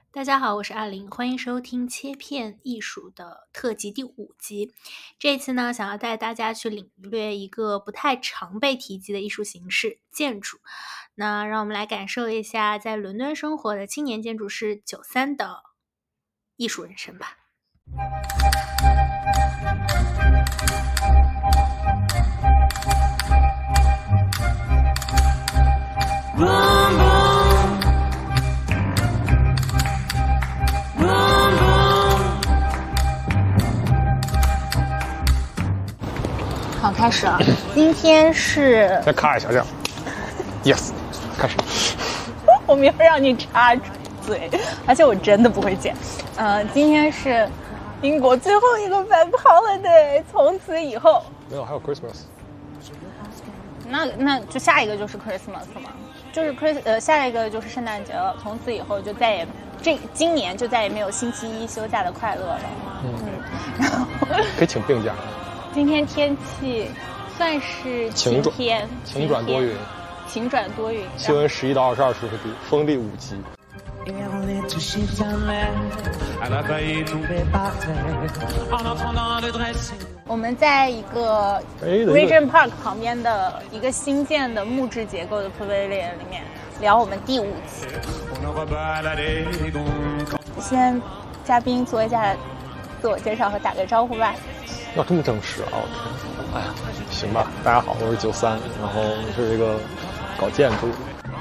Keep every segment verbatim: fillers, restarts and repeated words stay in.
大家好，我是阿玲，欢迎收听切片艺术的特辑第五集。这次呢，想要带大家去领略一个不太常被提及的艺术形式——建筑。那让我们来感受一下在伦敦生活的青年建筑师九三的艺术人生吧。好，开始了。今天是再咔一下，这样 ，yes， 开始。 我没有让你插嘴，而且我真的不会剪。呃，今天是英国最后一个 Bank Holiday， 从此以后没有，还有 Christmas。 那那就下一个就是 Christmas 嘛，就是 Chris 呃下一个就是圣诞节了，从此以后就再也这今年就再也没有星期一休假的快乐了。嗯，嗯然后可以请病假。 今天天气算是晴天， 晴转多云， 晴转多云， 气温十一到二十二摄氏度，风力五级。 我们在一个 Regent Park 旁边的一个新建的木质结构的 Pavilion 里面聊我们第五期。先嘉宾做一下自我介绍和打个招呼吧。 要这么正式啊！我天，哎呀，行吧。大家好，我是九三，然后是一个搞建筑。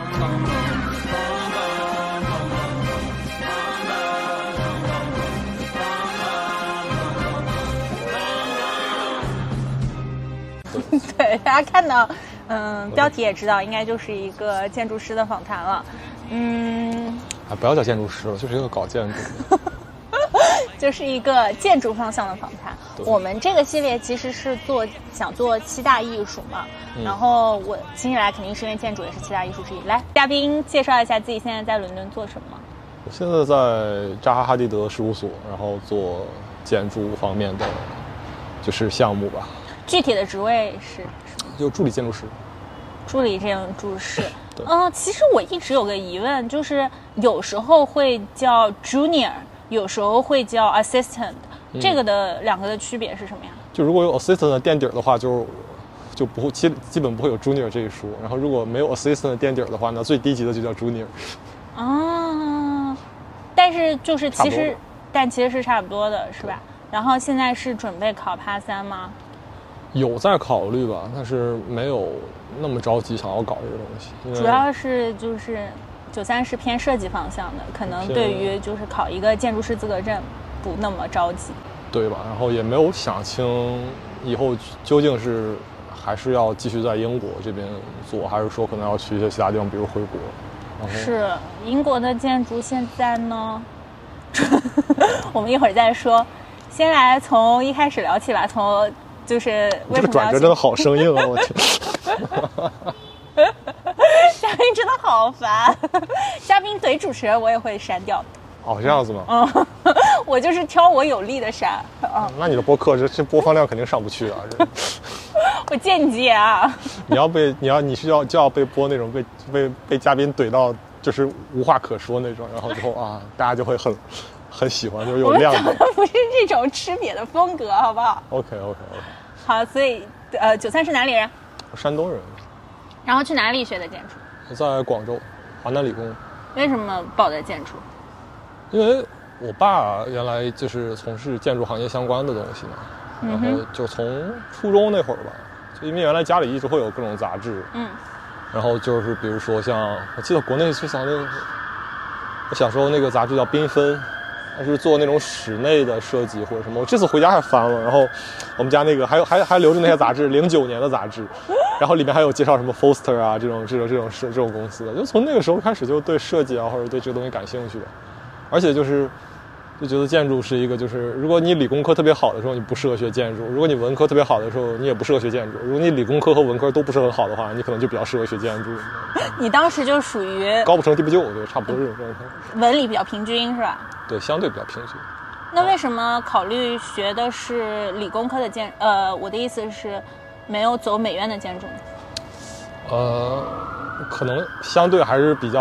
对，大家看到，嗯，标题也知道，应该就是一个建筑师的访谈了。嗯， 啊，不要叫建筑师了，就是一个搞建筑。 就是一个建筑方向的访谈。我们这个系列其实是做想做七大艺术嘛，嗯、然后我听起来肯定是因为建筑也是七大艺术之一。来，嘉宾介绍一下自己现在在伦敦做什么。 我现在在扎哈哈迪德事务所，然后做建筑方面的就是项目吧。 具体的职位是？ 就助理建筑师。 助理建筑师。嗯、呃，其实我一直有个疑问，就是有时候会叫 junior。有时候会叫 assistant，、嗯、这个的两个的区别是什么呀？ 就如果有 assistant 的垫底的话，就就不会基基本不会有 junior 这一说。然后如果没有 assistant 的垫底的话，那最低级的就叫 junior。 啊，但是就是其实，但其实是差不多的，是吧？然后现在是准备考帕三吗？ 有在考虑吧，但是没有那么着急想要搞这个东西。 主要是就是。九三是偏设计方向的，可能对于就是考一个建筑师资格证不那么着急， 对吧？然后也没有想清以后究竟是还是要继续在英国这边做，还是说可能要去一些其他地方，比如回国。 是英国的建筑现在呢，我们一会儿再说。先来从一开始聊起吧，从就是为什么这个转折真的好生硬啊！我天。 嘉宾真的好烦，嘉宾怼主持人我也会删掉的。 哦，这样子吗？ 嗯，我就是挑我有利的删。嗯， 那你的播客这这播放量肯定上不去啊！ 我间接啊！ 你要被你要你是要就要被播那种被被被嘉宾怼到就是无话可说那种，然后之后啊，大家就会很很喜欢，就是有亮点。 我们讲的不是这种吃瘪的风格，好不好 ？OK OK OK。 好，所以呃，九三是哪里人？ 我山东人。 然后去哪里学的建筑？ 我在广州华南理工。 为什么报的建筑？ 因为我爸原来就是从事建筑行业相关的东西嘛，嗯、然后就从初中那会儿吧，就因为原来家里一直会有各种杂志，嗯，然后就是比如说像我记得国内最早那个，我小时候那个杂志叫缤纷。还是做那种室内的设计或者什么，我这次回家还翻了，然后我们家那个还有还还留着那些杂志，零九年的杂志，然后里面还有介绍什么 Foster 啊这种这种这种这种公司的，就从那个时候开始就对设计啊或者对这个东西感兴趣的，而且就是就觉得建筑是一个就是如果你理工科特别好的时候你不适合学建筑，如果你文科特别好的时候你也不适合学建筑，如果你理工科和文科都不是很好的话，你可能就比较适合学建筑。 你当时就属于高不成低不就，对，差不多这种状态。 文理比较平均是吧？ 对，相对比较平均。 那为什么考虑学的是理工科的建？呃，我的意思是，没有走美院的建筑呢？ 呃，可能相对还是比较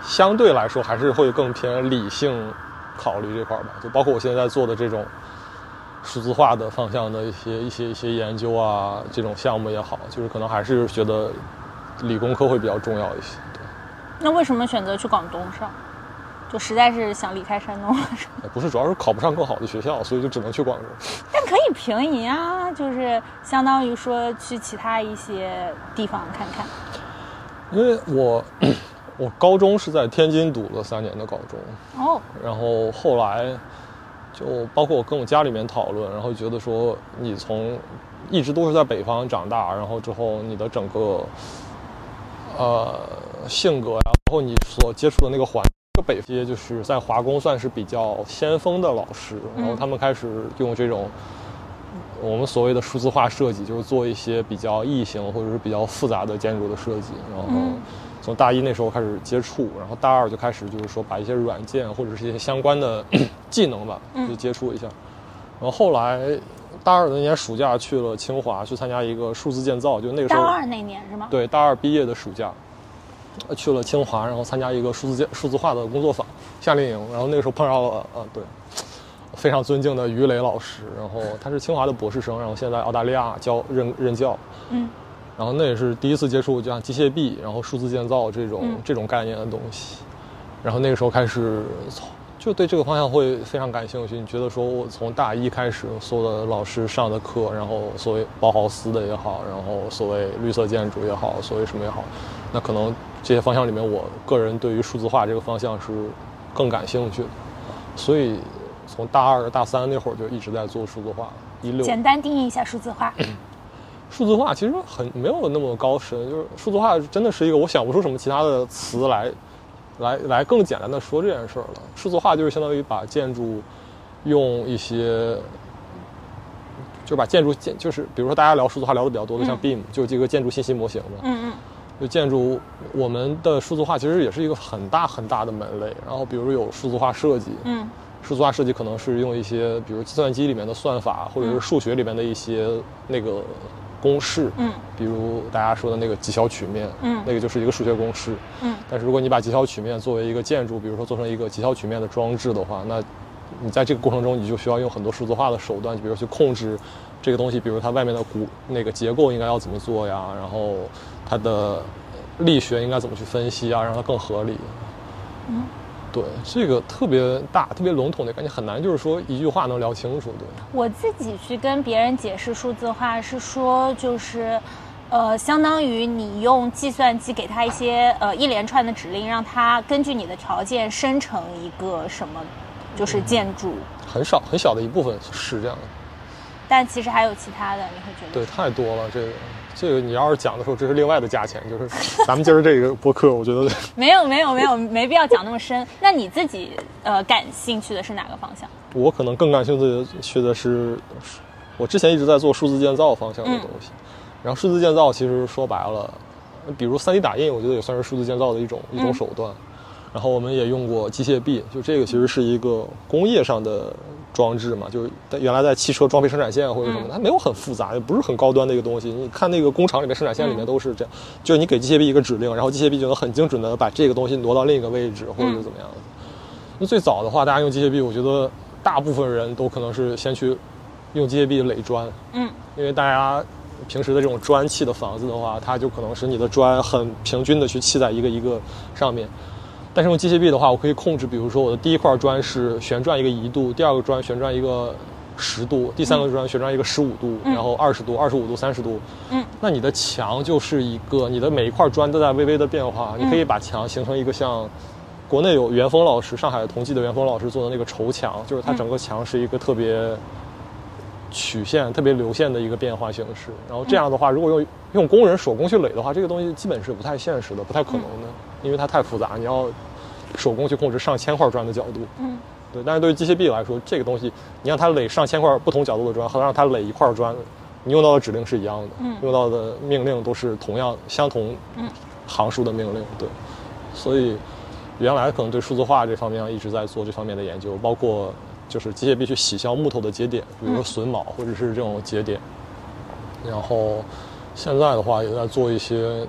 相对来说还是会更偏理性考虑这块吧，就包括我现在在做的这种数字化的方向的一些一些一些研究啊，这种项目也好，就是可能还是觉得理工科会比较重要一些。对。 那为什么选择去广东上？就实在是想离开山东了？ 不是，主要是考不上更好的学校，所以就只能去广州。 但可以平移啊，就是相当于说去其他一些地方看看。 因为我我高中是在天津读了三年的高中哦， 然后后来就包括我跟我家里面讨论，然后觉得说你从一直都是在北方长大，然后之后你的整个呃性格呀，然后你所接触的那个环。北些就是在华工算是比较先锋的老师，然后他们开始用这种我们所谓的数字化设计，就是做一些比较异形或者是比较复杂的建筑的设计。然后从大一那时候开始接触，然后大二就开始就是说把一些软件或者是一些相关的技能吧，就接触一下。然后后来大二那年暑假去了清华，去参加一个数字建造，就那个时候大二那年是吗？ 对，大二毕业的暑假。去了清华，然后参加一个数字数字化的工作坊夏令营，然后那个时候碰到了呃对非常尊敬的于磊老师，然后他是清华的博士生，然后现在澳大利亚教任任教，嗯，然后那也是第一次接触像机械臂，然后数字建造这种、嗯、这种概念的东西，然后那个时候开始就对这个方向会非常感兴趣。你觉得说我从大一开始所有的老师上的课，然后所谓包豪斯的也好，然后所谓绿色建筑也好，所谓什么也好，那可能这些方向里面，我个人对于数字化这个方向是更感兴趣的，所以从大二大三那会儿就一直在做数字化。一六简单定义一下数字化。 数字化其实很没有那么高深，就是数字化真的是一个我想不出什么其他的词来来来更简单的说这件事儿了。数字化就是相当于把建筑用一些就把建筑建就是比如说大家聊数字化聊的比较多的像 B I M、嗯、就是这个建筑信息模型嘛，嗯嗯，就建筑我们的数字化其实也是一个很大很大的门类，然后比如有数字化设计，嗯，数字化设计可能是用一些比如计算机里面的算法或者是数学里面的一些那个公式，嗯，比如大家说的那个极小曲面，嗯，那个就是一个数学公式，嗯，但是如果你把极小曲面作为一个建筑，比如说做成一个极小曲面的装置的话，那你在这个过程中你就需要用很多数字化的手段，比如去控制这个东西，比如它外面的骨那个结构应该要怎么做呀，然后它的力学应该怎么去分析啊，让它更合理。嗯，对，这个特别大特别笼统的感觉，很难就是说一句话能聊清楚。对， 我自己去跟别人解释数字化是说就是呃，相当于你用计算机给它一些呃一连串的指令，让它根据你的条件生成一个什么就是建筑、嗯、 很少很小的一部分是这样的， 但其实还有其他的，你会觉得？ 对，太多了。这个这个你要是讲的时候，这是另外的价钱。就是咱们今儿这个播客，我觉得没有没有没有没必要讲那么深。那你自己呃感兴趣的是哪个方向？ 我可能更感兴趣的是，我之前一直在做数字建造方向的东西。嗯、然后数字建造其实说白了，比如 三 D 打印，我觉得也算是数字建造的一种、嗯、一种手段。然后我们也用过机械臂，就这个其实是一个工业上的装置嘛，就是原来在汽车装配生产线或者什么，它没有很复杂，也不是很高端的一个东西。你看那个工厂里面生产线里面都是这样，就是你给机械臂一个指令，然后机械臂就能很精准的把这个东西挪到另一个位置，或者是怎么样的。那最早的话，大家用机械臂，我觉得大部分人都可能是先去用机械臂垒砖，嗯，因为大家平时的这种砖砌的房子的话，它就可能是你的砖很平均的去砌在一个一个上面。但是用机械臂的话，我可以控制，比如说我的第一块砖是旋转一个一度，第二个砖旋转一个十度，第三个砖旋转一个十五度，嗯、然后二十度、二十五度、三十度。嗯，那你的墙就是一个，你的每一块砖都在微微的变化，嗯、你可以把墙形成一个像国内有袁峰老师，上海同济的袁峰老师做的那个绸墙，就是它整个墙是一个特别曲线、特别流线的一个变化形式。然后这样的话，如果用用工人手工去垒的话，这个东西基本是不太现实的，不太可能的，因为它太复杂，你要手工去控制上千块砖的角度，嗯，对。但是对于机械臂来说，这个东西你让它垒上千块不同角度的砖，和让它垒一块砖，你用到的指令是一样的，嗯，用到的命令都是同样相同行数的命令，对。所以原来可能对数字化这方面一直在做这方面的研究，包括就是机械臂去洗消木头的节点，比如说榫卯或者是这种节点。然后现在的话也在做一些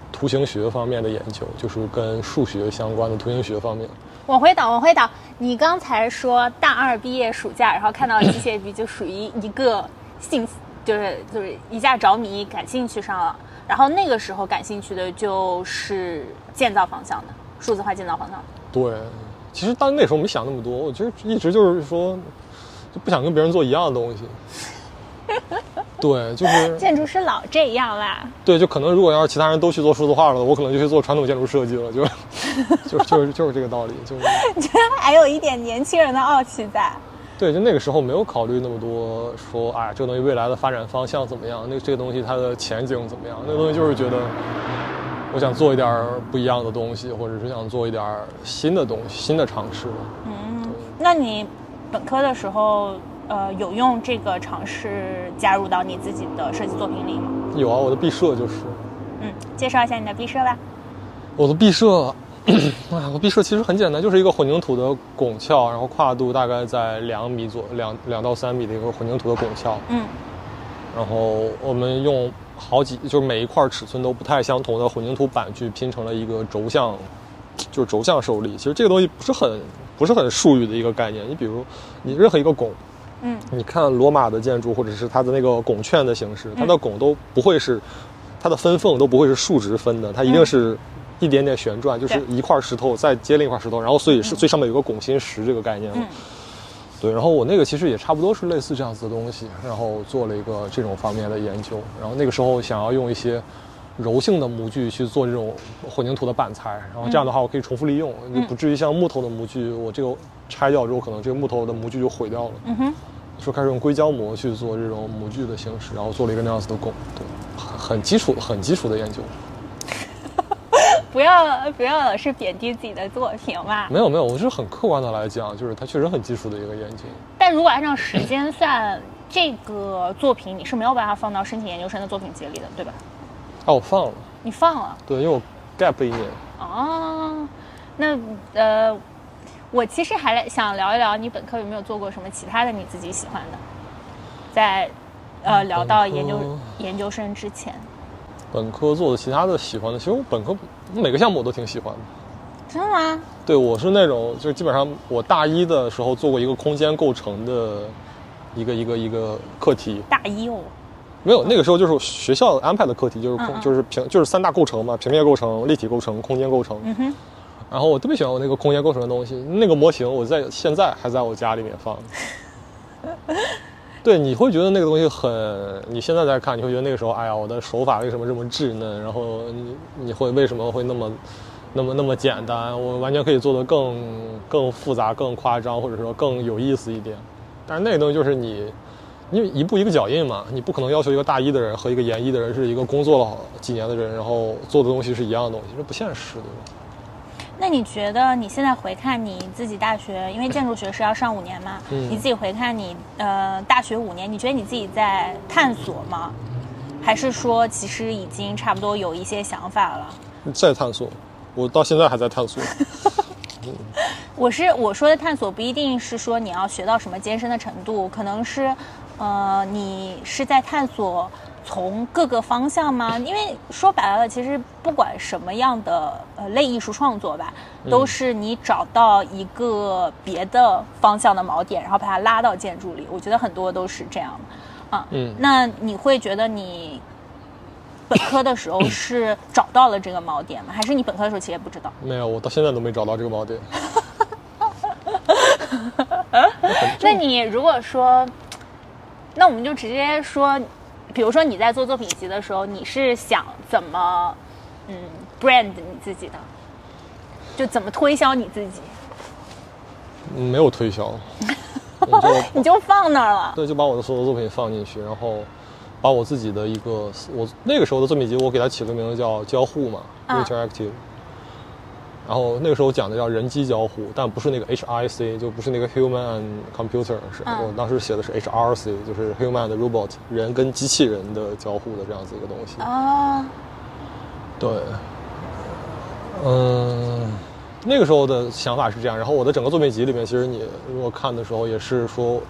图形学方面的研究，就是跟数学相关的图形学方面。 我回导，我回导。你刚才说大二毕业暑假，然后看到机械臂，就属于一个兴，就是就是一下着迷，感兴趣上了。然后那个时候感兴趣的就是建造方向的，数字化建造方向的。 对，其实但那时候没想那么多，我觉得一直就是说，就不想跟别人做一样的东西。对，就是建筑师老这样啦。 对，就可能如果要是其他人都去做数字化了，我可能就去做传统建筑设计了，就就就是就是这个道理，就是觉得还有一点年轻人的傲气在。 对，就那个时候没有考虑那么多，说哎，这个东西未来的发展方向怎么样，那这个东西它的前景怎么样，那个东西就是觉得我想做一点不一样的东西，或者是想做一点新的东西，新的尝试。 嗯，那你本科的时候。呃，有用这个尝试加入到你自己的设计作品里吗？ 有啊，我的毕设就是。 嗯，介绍一下你的毕设吧。 我的毕设，哎，我毕设其实很简单，就是一个混凝土的拱桥，然后跨度大概在两米左两两到三米的一个混凝土的拱桥。 嗯。 然后我们用好几，就是每一块尺寸都不太相同的混凝土板去拼成了一个轴向，就是轴向受力。其实这个东西不是很不是很术语的一个概念。你比如，你任何一个拱。 嗯， 你看罗马的建筑，或者是它的那个拱券的形式，它的拱都不会是，它的分缝都不会是竖直分的，它一定是一点点旋转，就是一块石头再接另一块石头，然后所以是最上面有个拱心石这个概念。 嗯， 对，然后我那个其实也差不多是类似这样子的东西，然后做了一个这种方面的研究，然后那个时候想要用一些柔性的模具去做这种混凝土的板材，然后这样的话我可以重复利用，就不至于像木头的模具，我这个拆掉之后可能这个木头的模具就毁掉了。 嗯哼。 说开始用硅胶膜去做这种模具的形式，然后做了一个那样子的拱，对，很基础、很基础的研究。 不要不要老是贬低自己的作品嘛。 没有没有，我是很客观的来讲，就是它确实很基础的一个研究。 但如果按照时间算，这个作品你是没有办法放到申请研究生的作品集里的，对吧？ 啊，我放了。 你放了？ 对，因为我 gap 了一年。 哦，那呃。我其实还想聊一聊你本科有没有做过什么其他的你自己喜欢的，在呃聊到研究研究生之前。 本科做的其他的喜欢的，其实我本科每个项目我都挺喜欢的。 真的吗？ 对，我是那种就是基本上我大一的时候做过一个空间构成的一个一个一个课题。 大一哦。 没有，那个时候就是学校安排的课题，就是空、 嗯嗯就是平就是三大构成嘛，平面构成、立体构成、空间构成。 嗯哼。 然后我特别喜欢我那个空间构成的东西，那个模型我在现在还在我家里面放。对，你会觉得那个东西很，你现在再看，你会觉得那个时候，哎呀，我的手法为什么这么稚嫩？然后你你会为什么会那么那么那么简单？我完全可以做得更更复杂、更夸张，或者说更有意思一点。但是那个东西就是你，因为一步一个脚印嘛，你不可能要求一个大一的人和一个研一的人是一个工作了几年的人，然后做的东西是一样的东西，这不现实，对吧？ 那你觉得你现在回看你自己大学，因为建筑学是要上五年嘛，嗯、你自己回看你呃大学五年，你觉得你自己在探索吗？还是说其实已经差不多有一些想法了？ 在探索，我到现在还在探索。 嗯、我是我说的探索，不一定是说你要学到什么艰深的程度，可能是呃你是在探索。从各个方向吗？因为说白了，其实不管什么样的呃类艺术创作吧，都是你找到一个别的方向的锚点，然后把它拉到建筑里。我觉得很多都是这样的啊。嗯，那你会觉得你本科的时候是找到了这个锚点吗？还是你本科的时候其实也不知道？ 没有，我到现在都没找到这个锚点。 那你如果说，那我们就直接说。比如说你在做作品集的时候，你是想怎么嗯 brand 你自己的，就怎么推销你自己？ 没有推销， 我就你就放那儿了。 对，就把我的所有作品放进去，然后把我自己的一个我那个时候的作品集，我给它起个名字叫交互嘛、啊、，interactive。然后那个时候讲的叫人机交互，但不是那个 H I C， 就不是那个 human and computer， 是、嗯、我当时写的是 H R C， 就是 human and robot， 人跟机器人的交互的这样子一个东西。 哦， 对，嗯，那个时候的想法是这样。然后我的整个作品集里面，其实你如果看的时候，也是说，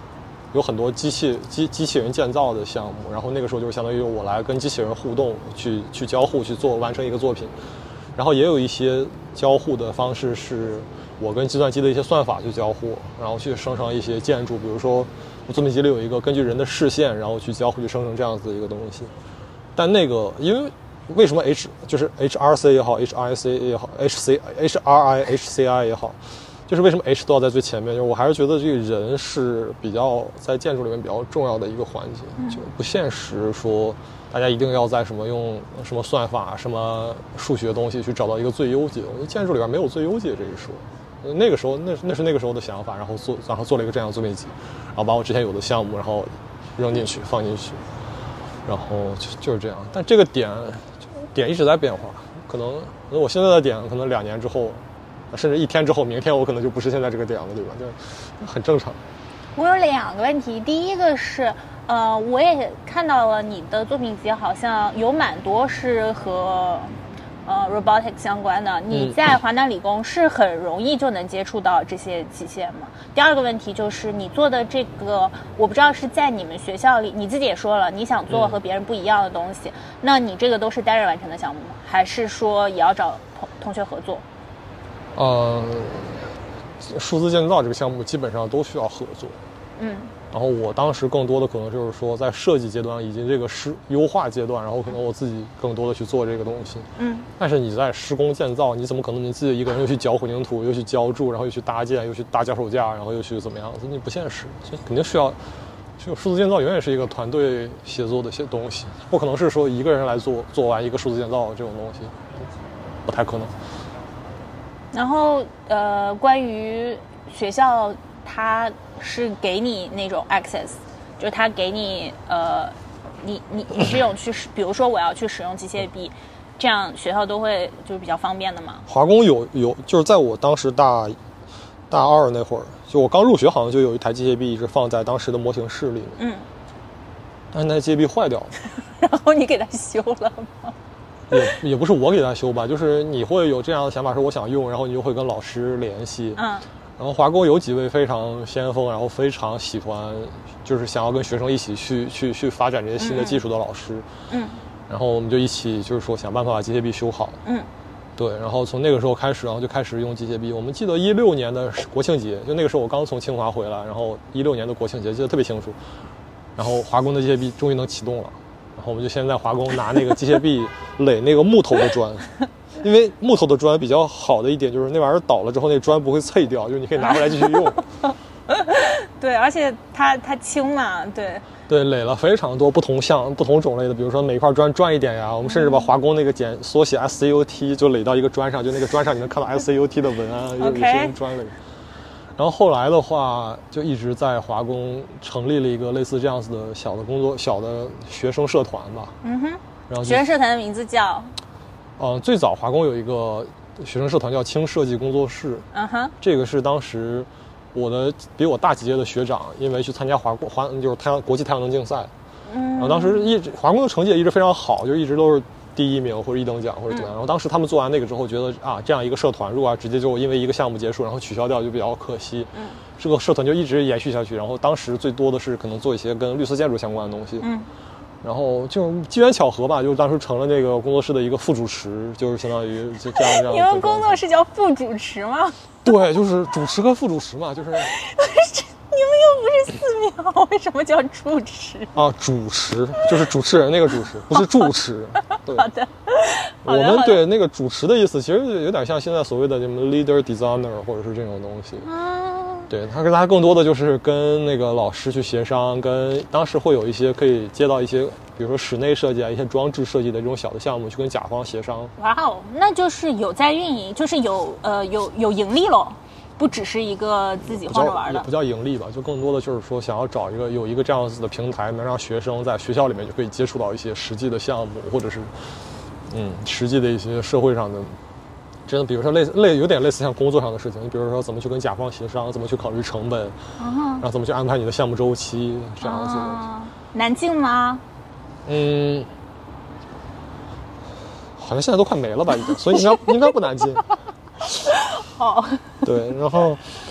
有很多机器机机器人建造的项目，然后那个时候就相当于我来跟机器人互动，去去交互去做完成一个作品。然后也有一些交互的方式是我跟计算机的一些算法去交互，然后去生成一些建筑，比如说我作品集里有一个根据人的视线，然后去交互去生成这样子的一个东西。但那个因为为什么 H 就是 H R C 也好 ，H I C 也好 ，H C H R I H C I 也好，就是为什么 H 都要在最前面？就是我还是觉得这个人是比较在建筑里面比较重要的一个环节，就不现实说大家一定要在什么用什么算法、什么数学东西去找到一个最优解。建筑里边没有最优解这一说。那个时候，那那是那个时候的想法，然后做，然后做了一个这样的作品集，然后把我之前有的项目，然后扔进去，放进去，然后就就是这样。但这个点点一直在变化，可能我现在的点，可能两年之后，甚至一天之后，明天我可能就不是现在这个点了，对吧？就很正常。 我有两个问题，第一个是，呃，我也看到了你的作品集，好像有蛮多是和呃 robotics 相关的。你在华南理工是很容易就能接触到这些机械吗？第二个问题就是你做的这个，我不知道是在你们学校里，你自己也说了，你想做和别人不一样的东西，嗯、那你这个都是单人完成的项目吗？还是说也要找同同学合作？ 呃，数字建造这个项目基本上都需要合作。 嗯， 然后我当时更多的可能就是说，在设计阶段以及这个施优化阶段，然后可能我自己更多的去做这个东西。 嗯， 但是你在施工建造，你怎么可能你自己一个人又去搅混凝土，又去浇筑，然后又去搭建，又去搭脚手架，然后又去怎么样？你不现实，所以肯定需要。就数字建造永远是一个团队协作的一些东西，不可能是说一个人来做做完一个数字建造这种东西，不太可能。 然后呃，关于学校，它是给你那种 access， 就是它给你呃，你你你这种去，比如说我要去使用机械臂，这样学校都会就是比较方便的嘛。 华工有有，就是在我当时大大二那会儿，就我刚入学，好像就有一台机械臂一直放在当时的模型室里。 嗯。 但是那台机械臂坏掉了。 然后你给它修了吗？ 也也不是我给他修吧，就是你会有这样的想法，说我想用，然后你就会跟老师联系。 嗯。 然后华工有几位非常先锋，然后非常喜欢，就是想要跟学生一起去去去发展这些新的技术的老师。 嗯。 然后我们就一起就是说想办法把机械臂修好。 嗯。 对，然后从那个时候开始，然后就开始用机械臂。我们记得一六年的国庆节，就那个时候我刚从清华回来，然后一六年的国庆节记得特别清楚。然后华工的机械臂终于能启动了。然后我们就先在华工拿那个机械臂垒那个木头的砖，因为木头的砖比较好的一点就是那玩意儿倒了之后，那砖不会碎掉，就是你可以拿回来继续用。 对，而且它它轻嘛，对。 对，垒了非常多不同项、不同种类的，比如说每一块砖转一点呀，我们甚至把华工那个简缩写 S C U T 就垒到一个砖上，就那个砖上你能看到 S C U T 的文案，也是用砖垒。然后后来的话，就一直在华工成立了一个类似这样子的小的工作、小的学生社团吧。 嗯哼。 然后学生社团的名字叫？ 嗯、呃，最早华工有一个学生社团叫轻设计工作室。 嗯哼。 这个是当时我的比我大几届的学长，因为去参加华工华就是太阳国际太阳能竞赛， 嗯， 然后当时一直华工的成绩也一直非常好，就一直都是第一名或者一等奖或者怎么样。 嗯、 然后当时他们做完那个之后，觉得啊，这样一个社团如果要直接就因为一个项目结束，然后取消掉就比较可惜。 嗯， 这个社团就一直延续下去。然后当时最多的是可能做一些跟绿色建筑相关的东西。 嗯。 然后就机缘巧合吧，就当时成了那个工作室的一个副主持，就是相当于就这样这样。 你们工作室叫副主持吗？ 对，就是主持和副主持嘛，就是。 你们又不是寺庙，为什么叫主持？ 啊，主持就是主持人那个主持，不是住持。对。 好的。 我们对那个主持的意思，其实有点像现在所谓的什么 leader designer 或者是这种东西。 啊。 对，他跟他更多的就是跟那个老师去协商，跟当时会有一些可以接到一些，比如说室内设计啊、一些装置设计的这种小的项目，去跟甲方协商。 哇哦，那就是有在运营，就是有呃有有盈利咯，不只是一个自己晃着玩的。 不叫盈利吧，就更多的就是说想要找一个有一个这样子的平台，能让学生在学校里面就可以接触到一些实际的项目，或者是嗯实际的一些社会上的。真的，比如说类似类有点类似像工作上的事情，你比如说怎么去跟甲方协商，怎么去考虑成本， 嗯、 然后怎么去安排你的项目周期，这样子的。 啊、难进吗？ 嗯，好像现在都快没了吧，已经，所以应该应该不难进。 哦， 对，然后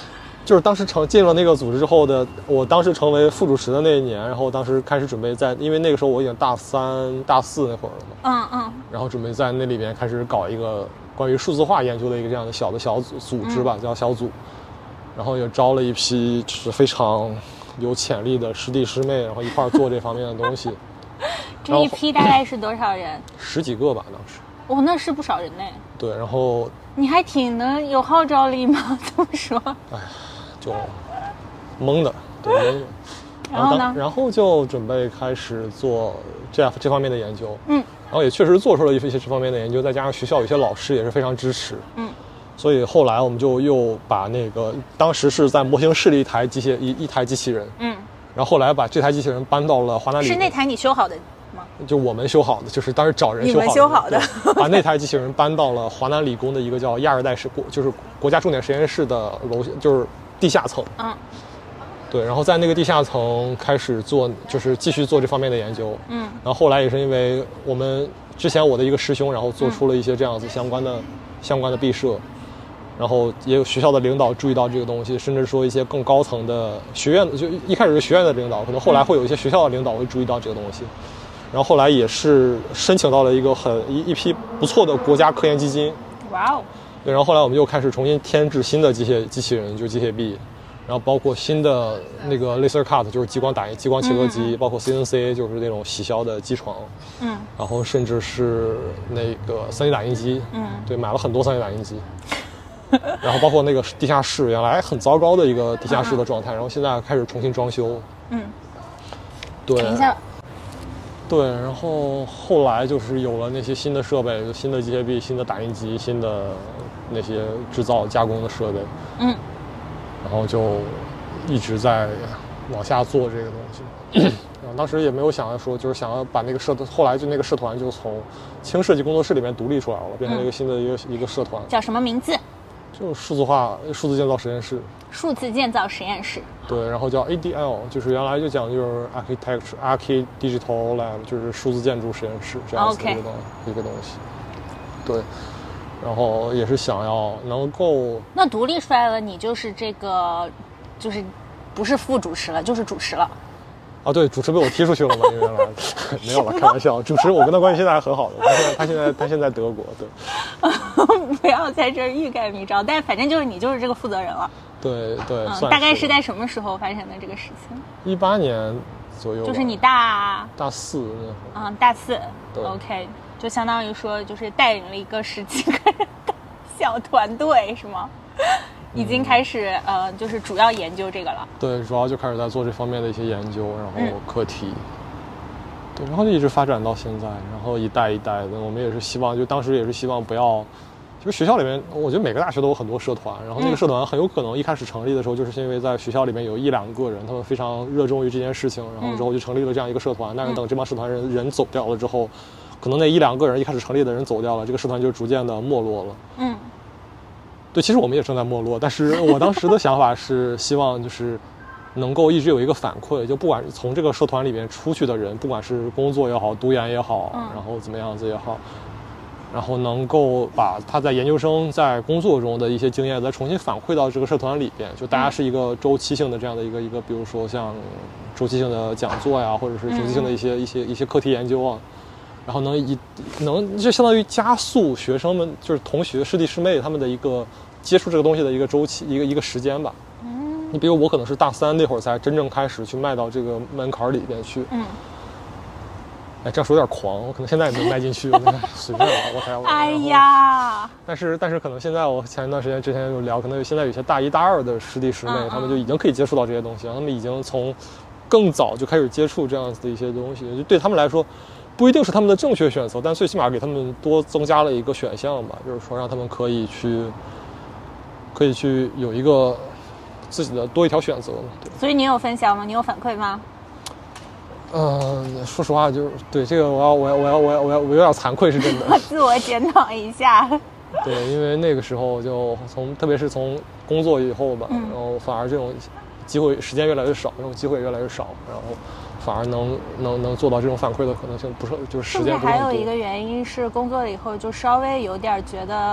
就是当时成进了那个组织之后的，我当时成为副主持的那一年，然后当时开始准备在，因为那个时候我已经大三大四那会儿了嘛，嗯嗯， 然后准备在那里边开始搞一个关于数字化研究的一个这样的小的小组组织吧，嗯、叫小组，然后也招了一批就是非常有潜力的师弟师妹，然后一块儿做这方面的东西。 这一批大概是多少人？ 十几个吧，当时。 哦，那是不少人呢。 对，然后你还挺能有号召力吗？这么说？ 哎，就懵的，对，懵的。 然后呢？ 然后就准备开始做这样这方面的研究。 嗯。 然后也确实做出了一些这方面的研究，再加上学校有些老师也是非常支持。 嗯。 所以后来我们就又把那个当时是在模型室里一台机械一一台机器人。 嗯。 然后后来把这台机器人搬到了华南理工。 是那台你修好的？ 就我们修好的，就是当时找人修好的， 你们修好的， 把那台机器人搬到了华南理工的一个叫亚热带实国，就是国家重点实验室的楼，就是地下层。 嗯， 对，然后在那个地下层开始做，就是继续做这方面的研究。 嗯， 然后后来也是因为我们之前我的一个师兄，然后做出了一些这样子相关的、嗯、相关的毕设，然后也有学校的领导注意到这个东西，甚至说一些更高层的学院，就一开始是学院的领导，可能后来会有一些学校的领导会注意到这个东西。然后后来也是申请到了一个很一一批不错的国家科研基金。 哇哦！ 对，然后后来我们又开始重新添置新的机械机器人，就是机械臂，然后包括新的那个 laser cut， 就是激光打印、激光切割机，嗯、包括 C N C， 就是那种洗削的机床。 嗯。 然后甚至是那个 三 D 打印机。 嗯。 对，买了很多三 D 打印机。然后包括那个地下室，原来很糟糕的一个地下室的状态，然后现在开始重新装修。 嗯。 对。 停一下。 对，然后后来就是有了那些新的设备，就新的机械臂、新的打印机、新的那些制造加工的设备， 嗯， 然后就一直在往下做这个东西。然后当时也没有想要说，就是想要把那个社，后来就那个社团就从轻设计工作室里面独立出来了，变成一个新的一个、嗯、一个社团。 叫什么名字？ 就是数字化数字建造实验室。 数字建造实验室。 对，然后叫 A D L， 就是原来就讲就是 Architecture Archi Digital Lab， 就是数字建筑实验室这样子的一个东、okay. 一个东西。对，然后也是想要能够。 那独立出来了，你就是这个，就是不是副主持了，就是主持了。 啊，对，主持被我踢出去了嘛，因为原来没有了，开玩笑。主持我跟他关系现在还很好的，他现在他现在他现在德国，对。 不要在这儿欲盖弥彰，但反正就是你就是这个负责人了。 对对、嗯， 大概是在什么时候发生的这个事情？ 一八年左右， 就是你大大四那会儿。 嗯，大四。OK， 就相当于说，就是带领了一个十几个人的小团队，是吗？已经开始、嗯、呃，就是主要研究这个了。 对，主要就开始在做这方面的一些研究，然后课题。嗯、对，然后就一直发展到现在，然后一代一代的，我们也是希望，就当时也是希望不要。就是学校里面，我觉得每个大学都有很多社团，然后那个社团很有可能一开始成立的时候，就是因为在学校里面有一两个人，他们非常热衷于这件事情，然后之后就成立了这样一个社团。但是等这帮社团人人走掉了之后，可能那一两个人一开始成立的人走掉了，这个社团就逐渐的没落了。 嗯， 对，其实我们也正在没落，但是我当时的想法是希望就是能够一直有一个反馈，就不管是从这个社团里面出去的人，不管是工作也好、读研也好，然后怎么样子也好。然后能够把他在研究生在工作中的一些经验再重新反馈到这个社团里边，就大家是一个周期性的这样的一个一个，比如说像周期性的讲座呀，或者是周期性的一些一些一些课题研究啊，然后能以能就相当于加速学生们就是同学师弟师妹他们的一个接触这个东西的一个周期一个一个时间吧。 嗯， 你比如我可能是大三那会儿才真正开始去迈到这个门槛里边去。 嗯。 哎，这样说有点狂，我可能现在也没迈进去，随便了，我才。 哎呀！ 但是但是可能现在我前一段时间之前有聊，可能有现在有些大一大二的师弟师妹，嗯嗯他们就已经可以接触到这些东西，他们已经从更早就开始接触这样子的一些东西，就对他们来说，不一定是他们的正确选择，但最起码给他们多增加了一个选项吧，就是说让他们可以去，可以去有一个自己的多一条选择。对。 所以你有分享吗？你有反馈吗？ 嗯，说实话，就是对这个我要我要我要我要我要我有点惭愧，是真的。 自我检讨一下。 对，因为那个时候就从特别是从工作以后吧， 嗯、 然后反而这种机会时间越来越少，这种机会越来越少，然后反而能能能做到这种反馈的可能性不是就是时间不是很多。 是不是还有一个原因是工作了以后就稍微有点觉得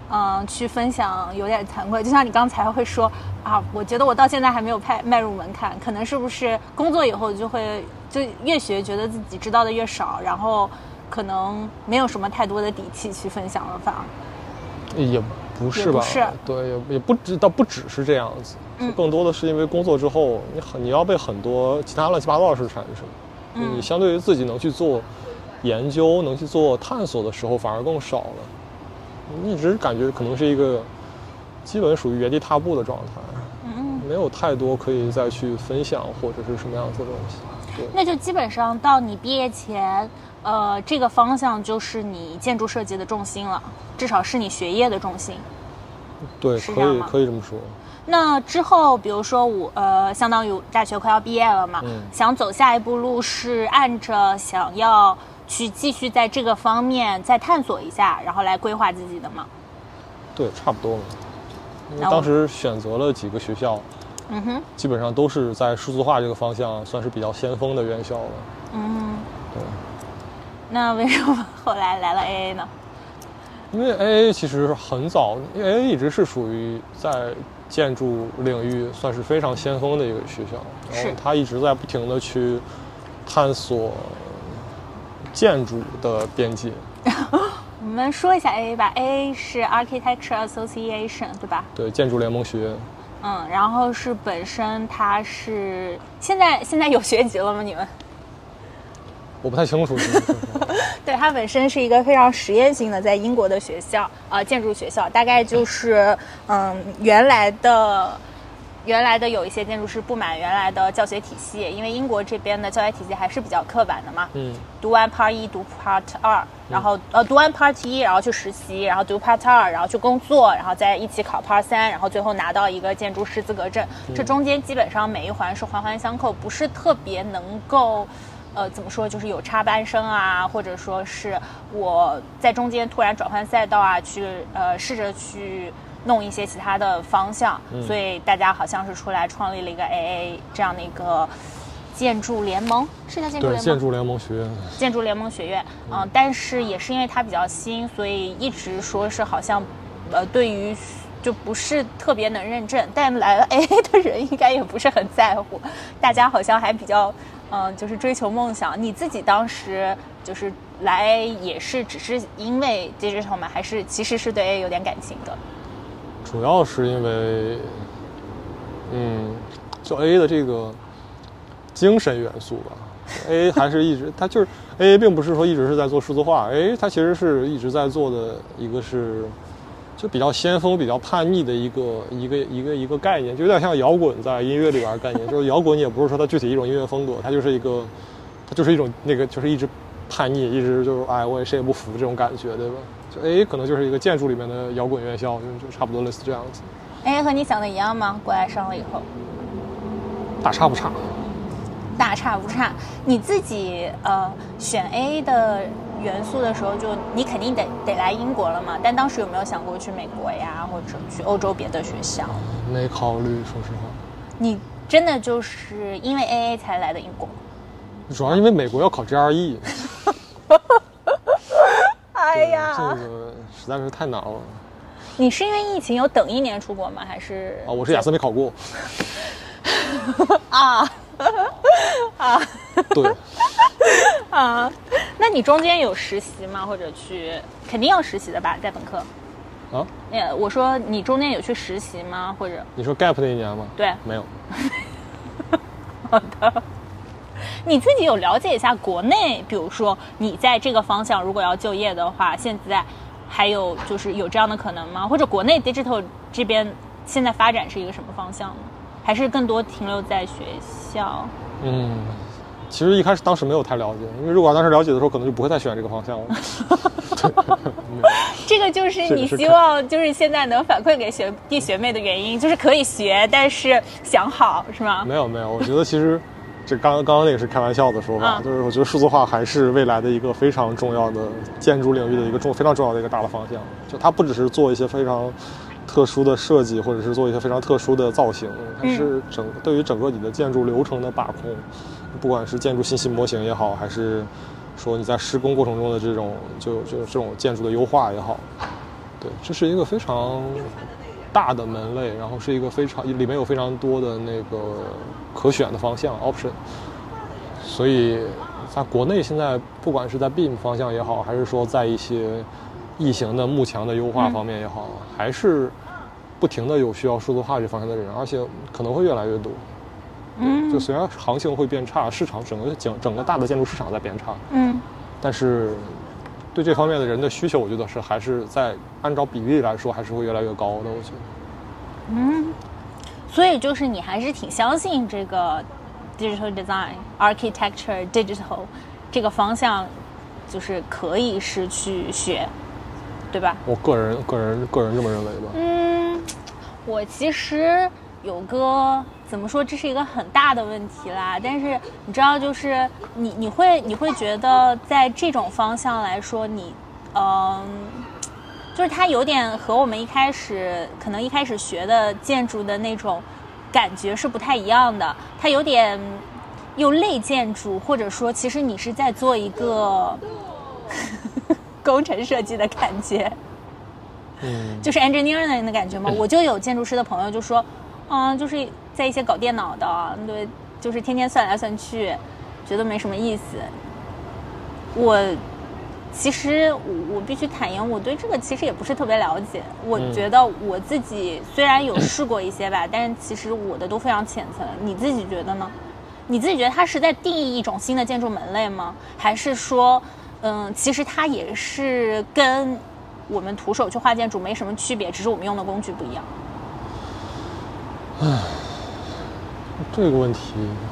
嗯，去分享有点惭愧，就像你刚才会说啊，我觉得我到现在还没有迈迈入门槛，可能是不是工作以后就会就越学觉得自己知道的越少，然后可能没有什么太多的底气去分享了，反而也不是吧？ 也不是， 对，也也不只倒不只是这样子，嗯、更多的是因为工作之后，你很你要被很多其他乱七八糟的事缠身，嗯、你相对于自己能去做研究、能去做探索的时候，反而更少了。你一直感觉可能是一个基本属于原地踏步的状态，嗯，没有太多可以再去分享或者是什么样子的东西。对， 那就基本上到你毕业前，呃，这个方向就是你建筑设计的重心了，至少是你学业的重心。 对，可以可以这么说。 那之后，比如说我呃，相当于大学快要毕业了嘛，嗯、想走下一步路是按着想要去继续在这个方面再探索一下，然后来规划自己的吗？ 对，差不多了。因为当时选择了几个学校，嗯哼，基本上都是在数字化这个方向算是比较先锋的院校了。嗯，对。 那为什么后来来了 A A 呢？ 因为 A A 其实很早，因为 A A 一直是属于在建筑领域算是非常先锋的一个学校，然后它一直在不停的去探索建筑的边界。 我们说一下 A A 吧 ，A A 是 Architecture Association 对吧？ 对，建筑联盟学院。 嗯，然后是本身它是现在现在有学籍了吗？你们？ 我不太清楚。 对，它本身是一个非常实验性的，在英国的学校，呃，建筑学校，大概就是嗯原来的。原来的有一些建筑师不满原来的教学体系，因为英国这边的教学体系还是比较刻板的嘛。嗯，读完 Part 一，读 Part 二，然后、嗯、呃读完 Part 一，然后去实习，然后读 Part 二，然后去工作，然后再一起考 Part 三，然后最后拿到一个建筑师资格证。嗯、这中间基本上每一环是环环相扣，不是特别能够。呃，怎么说？就是有插班生啊，或者说是我在中间突然转换赛道啊，去呃试着去弄一些其他的方向，嗯、所以大家好像是出来创立了一个 A A 这样的一个建筑联盟，是叫建筑联盟？ 对，建筑联盟学院。 建筑联盟学院，嗯、呃，但是也是因为它比较新，所以一直说是好像，呃，对于。就不是特别能认证，但来了 A A 的人应该也不是很在乎，大家好像还比较，嗯、呃，就是追求梦想。你自己当时就是来也是只是因为digital吗？还是其实是对 A A 有点感情的？ 主要是因为，嗯，就 A A 的这个精神元素吧。A A 还是一直，它就是 A A 并不是说一直是在做数字化 ，A A 它其实是一直在做的一个是。就比较先锋、比较叛逆的一个一个一个一个概念，就有点像摇滚在音乐里边的概念。就是摇滚也不是说它具体一种音乐风格，它就是一个，它就是一种那个，就是一直叛逆，一直就是哎，我也谁也不服这种感觉，对吧？就 A A 可能就是一个建筑里面的摇滚院校，就就差不多类似这样子。 A A 和你想的一样吗？过来上了以后， 大差不差。 大差不差。你自己呃选 A A 的元素的时候，就你肯定得得来英国了嘛？但当时有没有想过去美国呀，或者去欧洲别的学校？ 没考虑，说实话。 你真的就是因为 A A 才来的英国？ 主要是因为美国要考 G R E。 哎呀， 这个实在是太难了。 你是因为疫情有等一年出国吗？还是？ 啊，我是雅思没考过。 啊。啊， 对， 啊，那你中间有实习吗？或者去肯定要实习的吧，在本科。 啊？ 呃，我说你中间有去实习吗？或者你说 gap 那一年吗？ 对， 没有。 好的。你自己有了解一下国内，比如说你在这个方向如果要就业的话，现在还有就是有这样的可能吗？或者国内 digital 这边现在发展是一个什么方向呢？还是更多停留在学校？ 嗯，其实一开始当时没有太了解，因为如果当时了解的时候，可能就不会再选这个方向了。 这个就是你希望就是现在能反馈给学弟学妹的原因，就是可以学，但是想好是吗？ 没有没有，我觉得其实这刚刚刚那个是开玩笑的说法，嗯、就是我觉得数字化还是未来的一个非常重要的建筑领域的一个重非常重要的一个大的方向，就它不只是做一些非常。特殊的设计，或者是做一些非常特殊的造型，它是整对于整个你的建筑流程的把控，不管是建筑信息模型也好，还是说你在施工过程中的这种就就这种建筑的优化也好， 对，这是一个非常大的门类，然后是一个非常里面有非常多的那个可选的方向 option， 所以在国内现在不管是在 B I M 方向也好，还是说在一些异形的幕墙的优化方面也好，嗯、还是不停的有需要数字化这方向的人，而且可能会越来越多。嗯，就虽然行情会变差，市场整个整整个大的建筑市场在变差， 嗯， 但是对这方面的人的需求，我觉得是还是在按照比例来说，还是会越来越高的。我觉得， 嗯，所以就是你还是挺相信这个 digital design architecture digital 这个方向，就是可以是去学，对吧？ 我个人个人个人这么认为吧。 嗯，我其实有个怎么说，这是一个很大的问题啦。但是你知道，就是你你会你会觉得在这种方向来说，你嗯、呃，就是它有点和我们一开始可能一开始学的建筑的那种感觉是不太一样的。它有点又类建筑，或者说其实你是在做一个工程设计的感觉。 嗯， 就是 engineering 的感觉嘛。我就有建筑师的朋友就说，嗯，就是在一些搞电脑的，对，就是天天算来算去，觉得没什么意思。我其实我我必须坦言，我对这个其实也不是特别了解。我觉得我自己虽然有试过一些吧，嗯、但是其实我的都非常浅层。你自己觉得呢？你自己觉得它是在定义一种新的建筑门类吗？还是说，嗯，其实它也是跟我们徒手去画建筑没什么区别，只是我们用的工具不一样。 唉，这个问题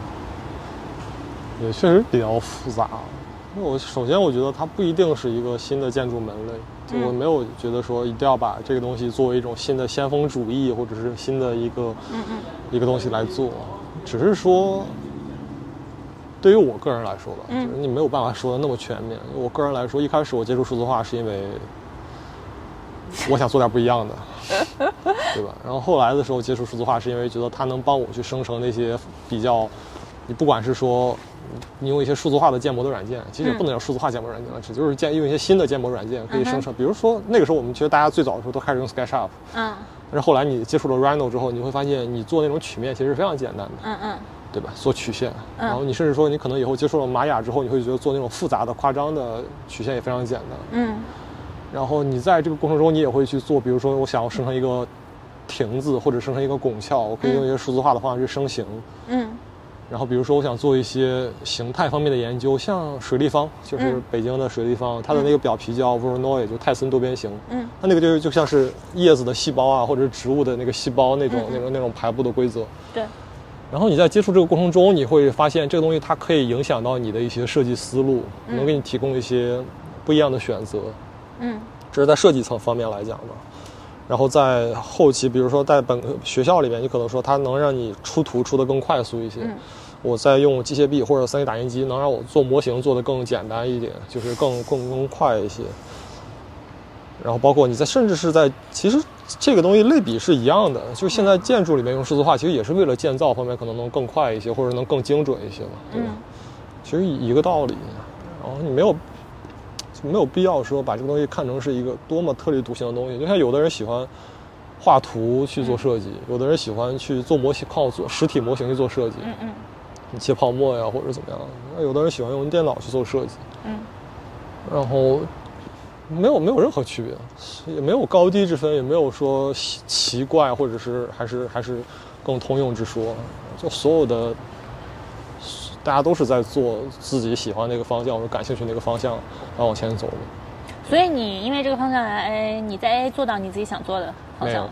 也确实比较复杂。我首先我觉得它不一定是一个新的建筑门类，就我没有觉得说一定要把这个东西作为一种新的先锋主义或者是新的一个嗯嗯一个东西来做，只是说对于我个人来说吧， 嗯、 就是你没有办法说的那么全面。我个人来说，一开始我接触数字化是因为我想做点不一样的，对吧？然后后来的时候接触数字化是因为觉得它能帮我去生成那些比较，你不管是说你用一些数字化的建模的软件，其实也不能叫数字化建模软件了，只就是建用一些新的建模软件可以生成。比如说那个时候我们其实大家最早的时候都开始用 SketchUp， 嗯， 但是后来你接触了 Rhino 之后，你会发现你做那种曲面其实是非常简单的， 嗯嗯， 对吧？做曲线，然后你甚至说你可能以后接触了玛雅之后，你会觉得做那种复杂的夸张的曲线也非常简单， 嗯。 然后你在这个过程中，你也会去做，比如说我想要生成一个亭子或者生成一个拱桥，我可以用一些数字化的方法去生形。嗯。然后比如说我想做一些形态方面的研究，像水立方，就是北京的水立方，嗯、它的那个表皮叫 Voronoi，就泰森多边形。嗯。它那个就就像是叶子的细胞啊，或者是植物的那个细胞那种、嗯、那种那种排布的规则。 对。 然后你在接触这个过程中，你会发现这个东西它可以影响到你的一些设计思路，能给你提供一些不一样的选择。嗯，这是在设计层方面来讲的。然后在后期，比如说在本学校里面，你可能说它能让你出图出得更快速一些。嗯、我在用机械臂或者三 D 打印机，能让我做模型做得更简单一点，就是更更更快一些。然后包括你在甚至是在其实这个东西类比是一样的，就是现在建筑里面用数字化，其实也是为了建造方面可能能更快一些，或者能更精准一些嘛，对吧？嗯、其实一个道理。然后你没有。没有必要说把这个东西看成是一个多么特立独行的东西，就像有的人喜欢画图去做设计，有的人喜欢去做模型，靠做实体模型去做设计，嗯嗯，你切泡沫呀或者怎么样，有的人喜欢用电脑去做设计，嗯，然后没有没有任何区别，也没有高低之分，也没有说奇怪或者是还是还是更通用之说，就所有的。大家都是在做自己喜欢那个方向或者感兴趣那个方向，然后往前走的。 所以你因为这个方向来 A， 你在 A 做到你自己想做的方向。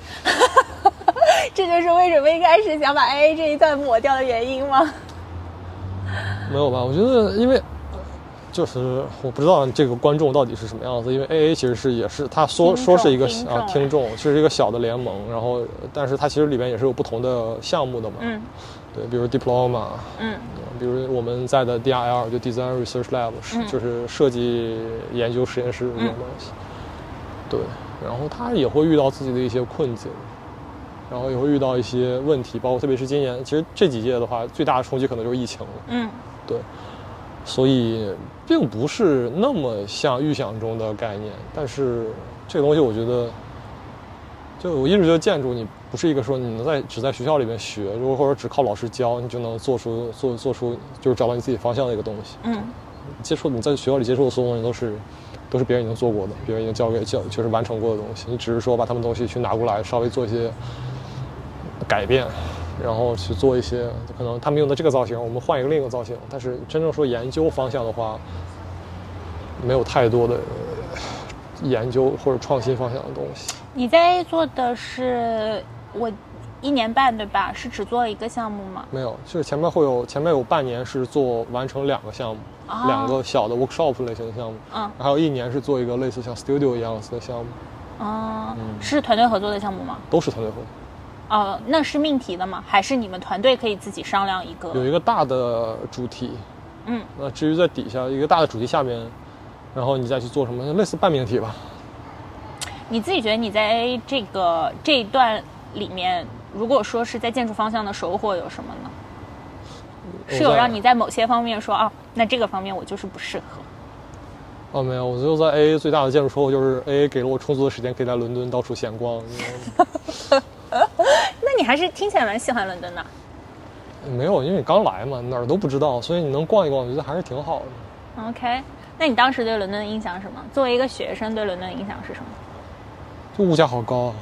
这就是为什么一开始想把 A A 这一段抹掉的原因吗？ 没有吧？我觉得，因为就是我不知道这个观众到底是什么样子，因为 A A 其实是也是他说说是一个啊听众，其实是一个小的联盟，然后但是它其实里面也是有不同的项目的嘛。嗯。对，比如 diploma， 嗯，比如我们在的 D R L 就 Design Research Lab，、嗯、就是设计研究实验室这种东西。嗯、对，然后他也会遇到自己的一些困境，然后也会遇到一些问题，包括特别是今年，其实这几届的话，最大的冲击可能就是疫情了。嗯，对，所以并不是那么像预想中的概念，但是这个东西我觉得，就我一直觉得建筑你不是一个说你能在只在学校里面学，如果或者只靠老师教你就能做出做做出就是找到你自己方向的一个东西。 嗯， 接触你在学校里接触的所有东西都是都是别人已经做过的，别人已经教给教就是完成过的东西，你只是说把他们东西去拿过来稍微做一些改变，然后去做一些可能他们用的这个造型我们换一个另一个造型，但是真正说研究方向的话没有太多的研究或者创新方向的东西。 你在 A 做的是我一年半对吧？是只做了一个项目吗？ 没有，就是前面会有前面有半年是做完成两个项目，哦、两个小的 workshop 类型的项目，嗯，还有一年是做一个类似像 studio 一样的项目。 哦，嗯、是团队合作的项目吗？ 都是团队合作。 哦，那是命题的吗？还是你们团队可以自己商量一个？ 有一个大的主题， 嗯， 那至于在底下一个大的主题下面，然后你再去做什么，类似半命题吧。 你自己觉得你在 A 这个这一段里面，如果说是在建筑方向的收获有什么呢？是有让你在某些方面说啊，那这个方面我就是不适合。 哦，没有，我就在 A A 最大的建筑收获就是 A A 给了我充足的时间，可以在伦敦到处闲逛。 那你还是听起来蛮喜欢伦敦的。 没有，因为你刚来嘛，哪儿都不知道，所以你能逛一逛，我觉得还是挺好的。 OK， 那你当时对伦敦的印象是什么？作为一个学生，对伦敦的印象是什么？ 就物价好高。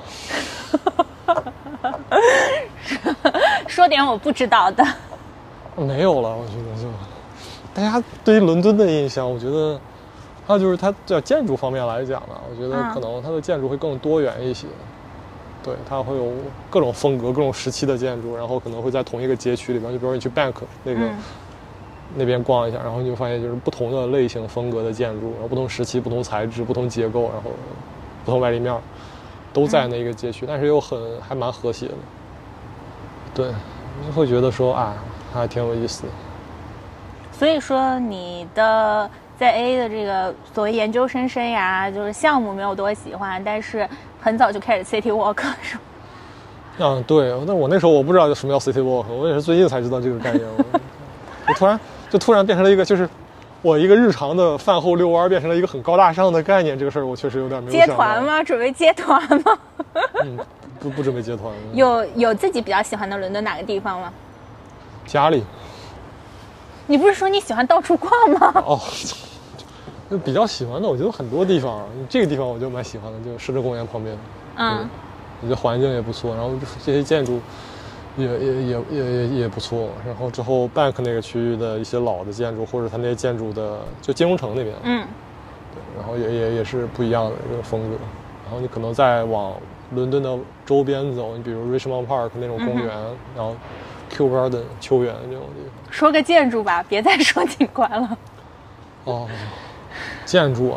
说点我不知道的。 没有了，我觉得就大家对于伦敦的印象，我觉得它就是它在建筑方面来讲呢，我觉得可能它的建筑会更多元一些。嗯、对，它会有各种风格、各种时期的建筑，然后可能会在同一个街区里边，就比如你去 Bank 那个、嗯、那边逛一下，然后你就发现就是不同的类型风格的建筑，然后不同时期、不同材质、不同结构，然后不同外立面。都在那个街区，嗯、但是又很还蛮和谐的，对，就会觉得说啊，还挺有意思的。 所以说你的在 A 的这个所谓研究生生涯，就是项目没有多喜欢，但是很早就开始 City Walk 是吗？ 嗯，对，但我那时候我不知道什么叫 City Walk， 我也是最近才知道这个概念，我突然就突然变成了一个就是。我一个日常的饭后遛弯变成了一个很高大上的概念，这个事儿我确实有点没有想到。 接团吗？准备接团吗？ 嗯，不不准备接团。 有有自己比较喜欢的伦敦哪个地方吗？ 家里。 你不是说你喜欢到处逛吗？ 哦，就比较喜欢的，我觉得很多地方，这个地方我就蛮喜欢的，就市政公园旁边。嗯。你的环境也不错，然后这些建筑。也也也也也也不错，然后之后 Bank 那个区域的一些老的建筑，或者它那些建筑的，就金融城那边，嗯，对，然后也也也是不一样的这个风格。然后你可能再往伦敦的周边走，你比如 Richmond Park 那种公园，嗯、然后 Kew Garden 秋园这种地方。 说个建筑吧，别再说景观了。 哦，建筑啊，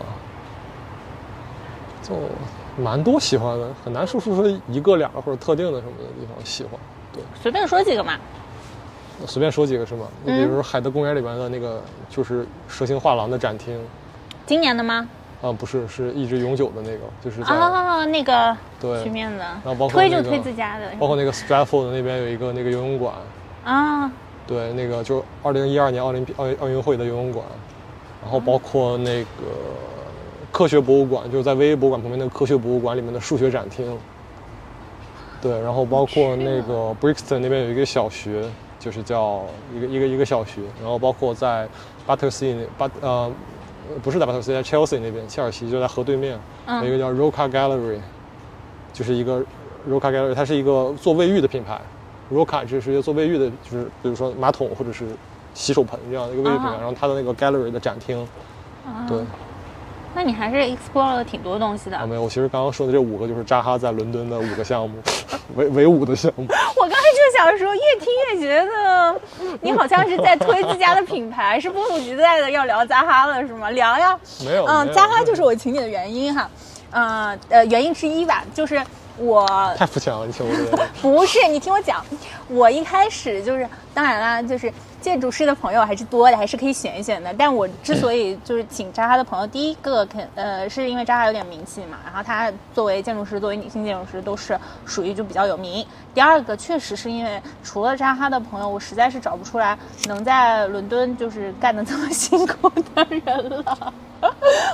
就蛮多喜欢的，很难说出说一个两个或者特定的什么的地方喜欢。对， 随便说几个嘛。 我随便说几个是吗？你比如海德公园里边的那个，就是蛇形画廊的展厅。 今年的吗？ 啊，不是，是一直永久的那个，就是在哦那个对曲面的， 然后包括、 那个、推就推自家的， 包括那个 Stratford 那边有一个那个游泳馆啊， 对，那个就是二零一二年奥林匹奥运奥运会的游泳馆，然后包括那个科学博物馆，就是在 V A 博物馆旁边那个科学博物馆里面的数学展厅。对，然后包括那个 Brixton 那边有一个小学，就是叫一个一个一个小学，然后包括在 Battersea 那巴呃不是在 Battersea， 在 Chelsea 那边，切尔西就在河对面，嗯、有一个叫 Roca Gallery， 就是一个 Roca Gallery， 它是一个做卫浴的品牌。Roca 这是一个做卫浴的，就是比如说马桶或者是洗手盆这样的一个卫浴品牌，uh-huh. 然后它的那个 Gallery 的展厅， uh-huh. 对。 那你还是 explore 了挺多东西的。 啊，没有，我其实刚刚说的这五个就是扎哈在伦敦的五个项目，唯唯五的项目。 我刚才就想说，越听越觉得你好像是在推自家的品牌，是迫不及待的要聊扎哈了，是吗？聊呀。 没有。 嗯，扎哈就是我请你的原因哈，呃呃，原因之一吧，就是我太肤浅了，你听我的。 不是，你听我讲，我一开始就是，当然啦，就是。建筑师的朋友还是多的，还是可以选一选的。但我之所以就是请扎哈的朋友，第一个肯呃是因为扎哈有点名气嘛，然后他作为建筑师，作为女性建筑师都是属于就比较有名。第二个确实是因为除了扎哈的朋友，我实在是找不出来能在伦敦就是干得这么辛苦的人了。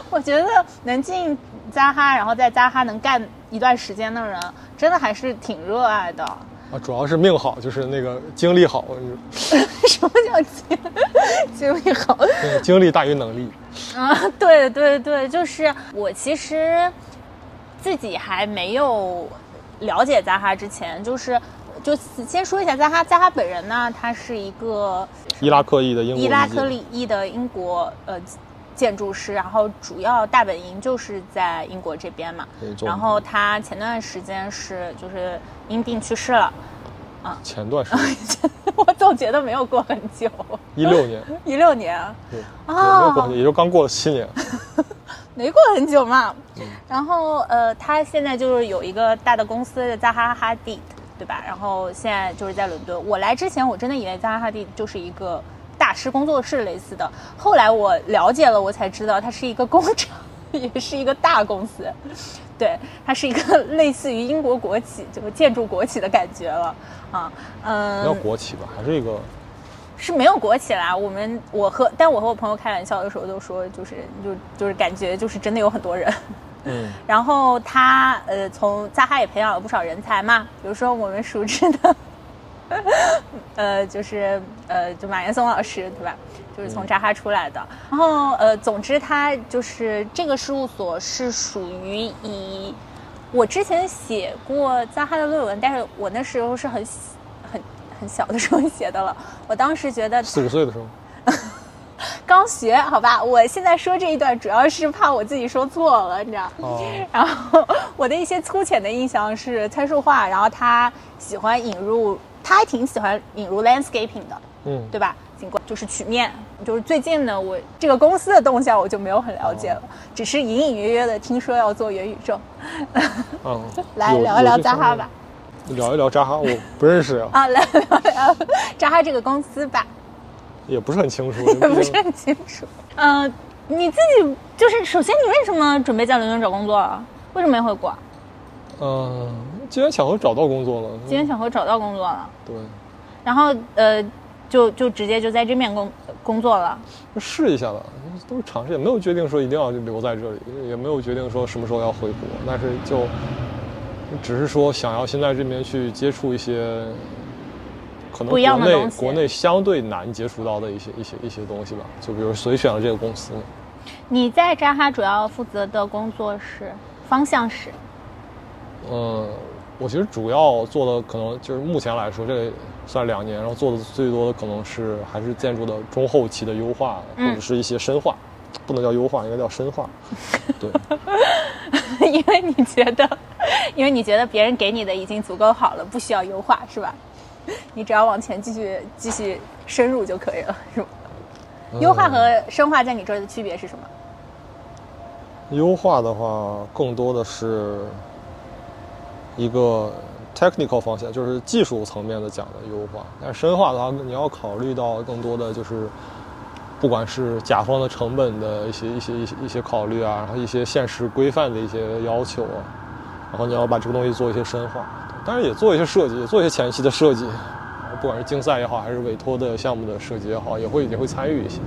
我觉得能进扎哈，然后在扎哈能干一段时间的人，真的还是挺热爱的。 啊，主要是命好，就是那个精力好。 什么叫精精力好？ 对，精力大于能力。 啊，对对对，就是我其实自己还没有了解扎哈之前，就是就先说一下扎哈。扎哈本人呢，他是一个伊拉克裔的英国伊拉克裔的英国呃建筑师，然后主要大本营就是在英国这边嘛。然后他前段时间是就是因病去世了。啊， 前段时间我总觉得没有过很久。 一六年， 一六年啊， 对啊，没有过很久，也就刚过了七年， 没过很久嘛。嗯、然后呃，他现在就是有一个大的公司扎哈哈蒂，对吧？然后现在就是在伦敦。我来之前，我真的以为扎哈哈蒂就是一个大师工作室类似的，后来我了解了，我才知道它是一个工厂，也是一个大公司。对，它是一个类似于英国国企，就是建筑国企的感觉了啊。嗯， 没有国企吧，还是一个是没有国企啦。我们我和但我和我朋友开玩笑的时候都说，就是就就是感觉就是真的有很多人。 嗯， 然后他呃从扎哈也培养了不少人才嘛，比如说我们熟知的，呃就是呃就马岩松老师，对吧？就是从扎哈出来的。然后呃，总之他就是这个事务所是属于以我之前写过扎哈的论文，但是我那时候是很很很小的时候写的了。我当时觉得四十岁的时候刚学，好吧。我现在说这一段主要是怕我自己说错了，你知道。 哦。 然后我的一些粗浅的印象是参数化，然后他喜欢引入，他还挺喜欢引入 landscaping 的，嗯，对吧？尽管就是曲面，就是最近呢，我这个公司的动向我就没有很了解了，哦、只是隐隐约约的听说要做元宇宙。 嗯， 来聊一聊扎哈吧。 聊一聊扎哈，我不认识呀。 啊，来聊聊扎哈这个公司吧。 也不是很清楚， 也不是很清楚。嗯、呃，你自己就是，首先你为什么准备在伦敦找工作啊？为什么没回国？ 嗯、呃，机缘巧合找到工作了。 机缘巧合找到工作了。 对。 然后呃。就就直接就在这边工工作了， 试一下吧，都是尝试，也没有决定说一定要留在这里，也没有决定说什么时候要回国，但是就只是说想要先在这边去接触一些可能国内国内相对难接触到的一些一些一些东西吧，就比如所以选了这个公司。 你在扎哈主要负责的工作是方向是？ 嗯，我其实主要做的可能就是目前来说这个。算两年，然后做的最多的可能是还是建筑的中后期的优化，嗯、或者是一些深化，不能叫优化，应该叫深化。对， 因为你觉得，因为你觉得别人给你的已经足够好了，不需要优化，是吧？你只要往前继续继续深入就可以了，是吧？嗯、优化和深化在你这儿的区别是什么？ 优化的话，更多的是一个。technical 方向就是技术层面的讲的优化，但是深化的话，你要考虑到更多的就是，不管是甲方的成本的一些一些一些一些考虑啊，然后一些现实规范的一些要求啊，然后你要把这个东西做一些深化，当然也做一些设计，也做一些前期的设计，不管是竞赛也好，还是委托的项目的设计也好，也会也会参与一些。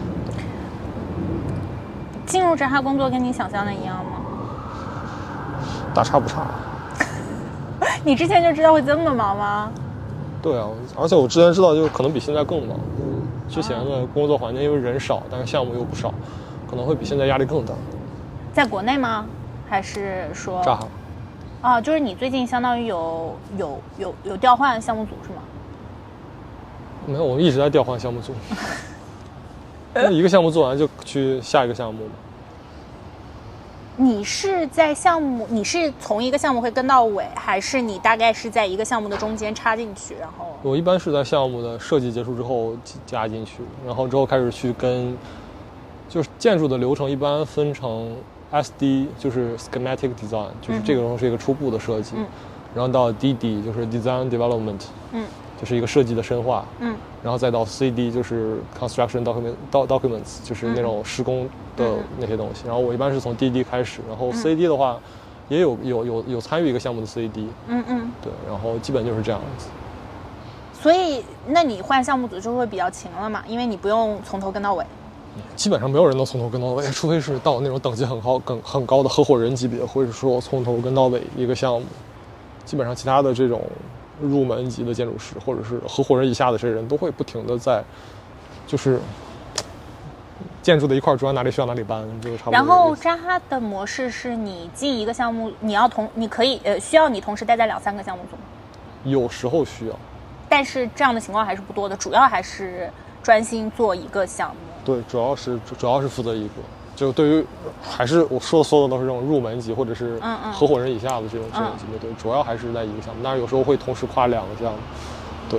进入扎哈工作跟你想象的一样吗？ 大差不差。 你之前就知道会这么忙吗？ 对啊，而且我之前知道就可能比现在更忙。之前的工作环境因为人少，但是项目又不少，可能会比现在压力更大。 在国内吗？还是说扎哈？ 啊，就是你最近相当于有有有有调换项目组是吗？ 没有，我们一直在调换项目组。那一个项目做完就去下一个项目嘛。 你是在项目，你是从一个项目会跟到尾，还是你大概是在一个项目的中间插进去？然后我一般是在项目的设计结束之后加进去，然后之后开始去跟，就是建筑的流程一般分成 S D， 就是 schematic design， 就是这个东西是一个初步的设计，嗯、然后到 D D 就是 design development， 嗯，就是一个设计的深化，嗯，然后再到 C D 就是 construction document documents， 就是那种施工的那些东西，然后我一般是从 D D 开始，然后 C D 的话，也有有有有参与一个项目的 C D， 嗯嗯，对，然后基本就是这样子。 所以，那你换项目组就会比较勤了嘛？因为你不用从头跟到尾。 基本上没有人能从头跟到尾，除非是到那种等级很高、很很高的合伙人级别，或者说从头跟到尾一个项目。基本上其他的这种入门级的建筑师，或者是合伙人以下的这些人都会不停的在，就是建筑的一块砖哪里需要哪里搬，就差不多。 然后扎哈的模式是你进一个项目，你要同你可以呃需要你同时待在两三个项目组吗？ 有时候需要， 但是这样的情况还是不多的，主要还是专心做一个项目。 对，主要是主要是负责一个。就对于还是我说的所有的都是这种入门级或者是合伙人以下的这种这种级别，对，主要还是在一个项目，但是有时候会同时跨两个项目，对。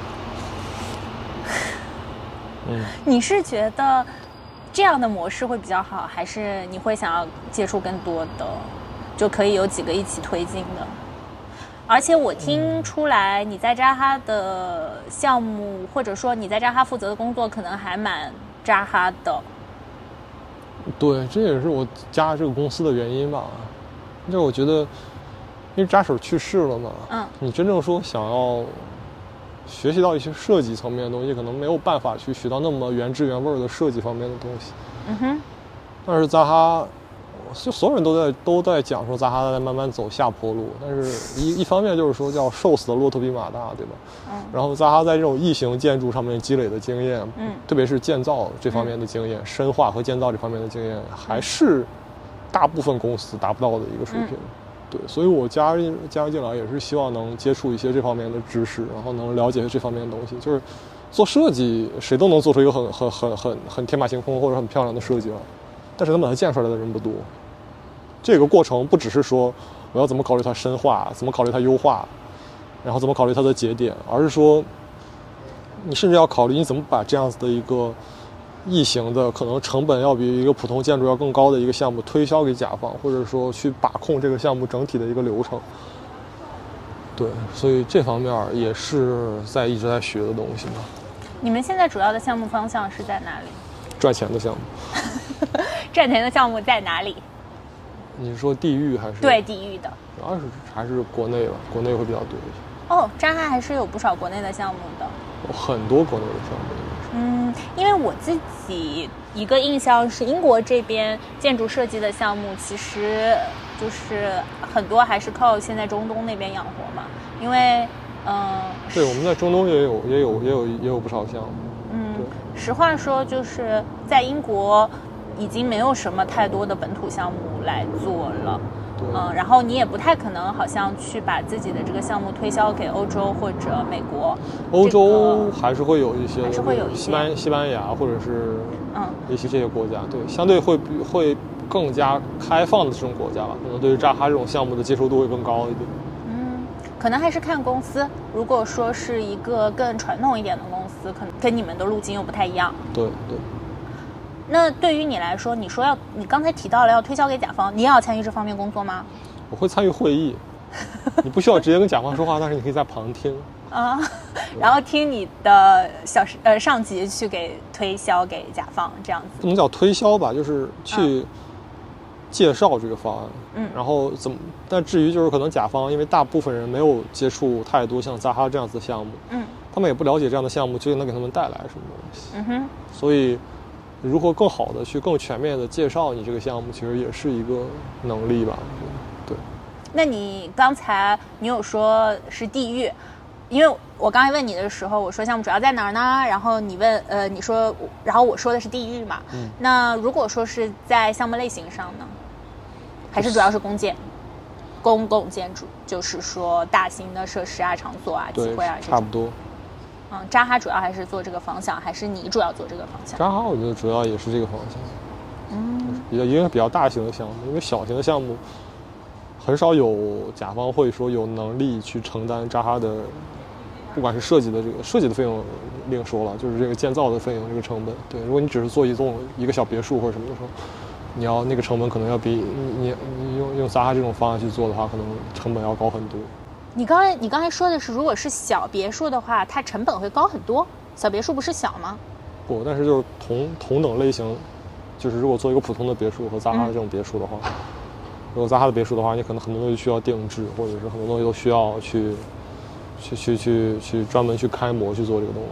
嗯，你是觉得这样的模式会比较好，还是你会想要接触更多的，就可以有几个一起推进的？而且我听出来你在扎哈的项目，或者说你在扎哈负责的工作，可能还蛮扎哈的。 对，这也是我加这个公司的原因吧。就我觉得，因为扎手去世了嘛， 嗯， 你真正说想要学习到一些设计层面的东西，可能没有办法去学到那么原汁原味的设计方面的东西。 嗯哼。 但是扎哈，就所有人都在都在讲说扎哈在慢慢走下坡路，但是一一方面就是说叫瘦死的骆驼比马大，对吧？ 嗯。 然后扎哈在这种异形建筑上面积累的经验， 嗯， 特别是建造这方面的经验，嗯、深化和建造这方面的经验，还是大部分公司达不到的一个水平。嗯、对，所以我加加入进来也是希望能接触一些这方面的知识，然后能了解这方面的东西。就是做设计，谁都能做出一个很很很很很天马行空或者很漂亮的设计来，但是能把它建出来的人不多。这个过程不只是说我要怎么考虑它深化，怎么考虑它优化，然后怎么考虑它的节点，而是说你甚至要考虑你怎么把这样子的一个异形的可能成本要比一个普通建筑要更高的一个项目推销给甲方，或者说去把控这个项目整体的一个流程。对，所以这方面也是在一直在学的东西嘛。 你们现在主要的项目方向是在哪里？ 赚钱的项目。 赚钱的项目在哪里？ 你是说地域还是？ 对，地域的。 主要是还是国内吧，国内会比较多一些。 哦，扎哈还是有不少国内的项目的。 有很多国内的项目。 嗯，因为我自己一个印象是，英国这边建筑设计的项目，其实就是很多还是靠现在中东那边养活嘛。因为，嗯、呃， 对，我们在中东也有也有也有也有不少项目。 嗯，实话说，就是在英国已经没有什么太多的本土项目来做了。嗯，然后你也不太可能好像去把自己的这个项目推销给欧洲或者美国。 欧洲还是会有一些， 还是会有一些西班西班牙或者是嗯一些这些国家，对，相对会会更加开放的这种国家吧，可能对于扎哈这种项目的接受度会更高一点。 嗯，可能还是看公司。如果说是一个更传统一点的公司，可能跟你们的路径又不太一样。 对对。 那对于你来说，你说要你刚才提到了要推销给甲方，你也要参与这方面工作吗？ 我会参与会议，你不需要直接跟甲方说话，但是你可以在旁听啊，然后听你的小呃上级去给推销给甲方，这样子。 不能叫推销吧，就是去介绍这个方案。 嗯， 然后怎么？但至于就是可能甲方，因为大部分人没有接触太多像扎哈这样子的项目， 嗯， 他们也不了解这样的项目究竟能给他们带来什么东西。 嗯哼， 所以。如何更好的去更全面的介绍你这个项目，其实也是一个能力吧。对。 那你刚才你有说是地域，因为我刚才问你的时候，我说项目主要在哪儿呢？然后你问呃你说，然后我说的是地域嘛。 嗯。 那如果说是在项目类型上呢，还是主要是公建、公共建筑，就是说大型的设施啊、场所啊、集会啊这种。 差不多。 嗯，扎哈主要还是做这个方向，还是你主要做这个方向？ 扎哈我觉得主要也是这个方向， 嗯， 比较因为比较大型的项目，因为小型的项目很少有甲方会说有能力去承担扎哈的，不管是设计的这个设计的费用另说了，就是这个建造的费用这个成本。对，如果你只是做一栋一个小别墅或者什么的时候，你要那个成本可能要比你你你用用扎哈这种方案去做的话，可能成本要高很多。 你刚才你刚才说的是，如果是小别墅的话，它成本会高很多。小别墅不是小吗？ 不，但是就是同同等类型，就是如果做一个普通的别墅和扎哈的这种别墅的话，嗯、如果扎哈的别墅的话，你可能很多东西需要定制，或者是很多东西都需要去去去去去专门去开模去做这个东西。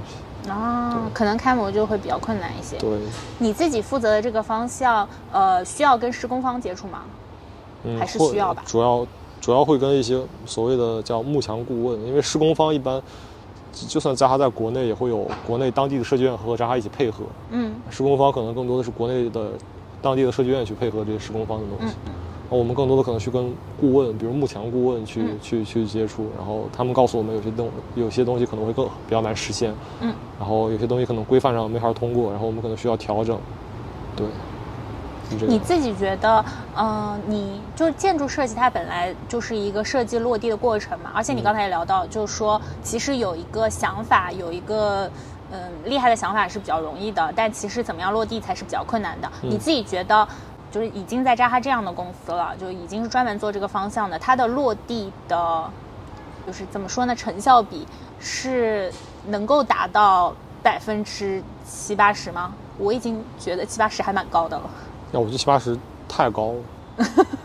哦，可能开模就会比较困难一些。 对， 你自己负责的这个方向，呃，需要跟施工方接触吗？嗯，还是需要吧？ 主要主要会跟一些所谓的叫幕墙顾问，因为施工方一般就算扎哈在国内，也会有国内当地的设计院和扎哈一起配合。嗯，施工方可能更多的是国内的当地的设计院去配合这些施工方的东西。嗯，我们更多的可能去跟顾问，比如幕墙顾问去、嗯、去去接触，然后他们告诉我们有些东有些东西可能会更比较难实现，嗯，然后有些东西可能规范上没法通过，然后我们可能需要调整。对， 你自己觉得，嗯、呃，你就是建筑设计，它本来就是一个设计落地的过程嘛，而且你刚才也聊到，嗯、就是说其实有一个想法，有一个嗯厉害的想法是比较容易的，但其实怎么样落地才是比较困难的。嗯、你自己觉得？就是已经在扎哈这样的公司了，就已经是专门做这个方向的，它的落地的，就是怎么说呢，成效比是能够达到百分之七八十吗？我已经觉得七八十还蛮高的了。 那我觉得七八十太高了。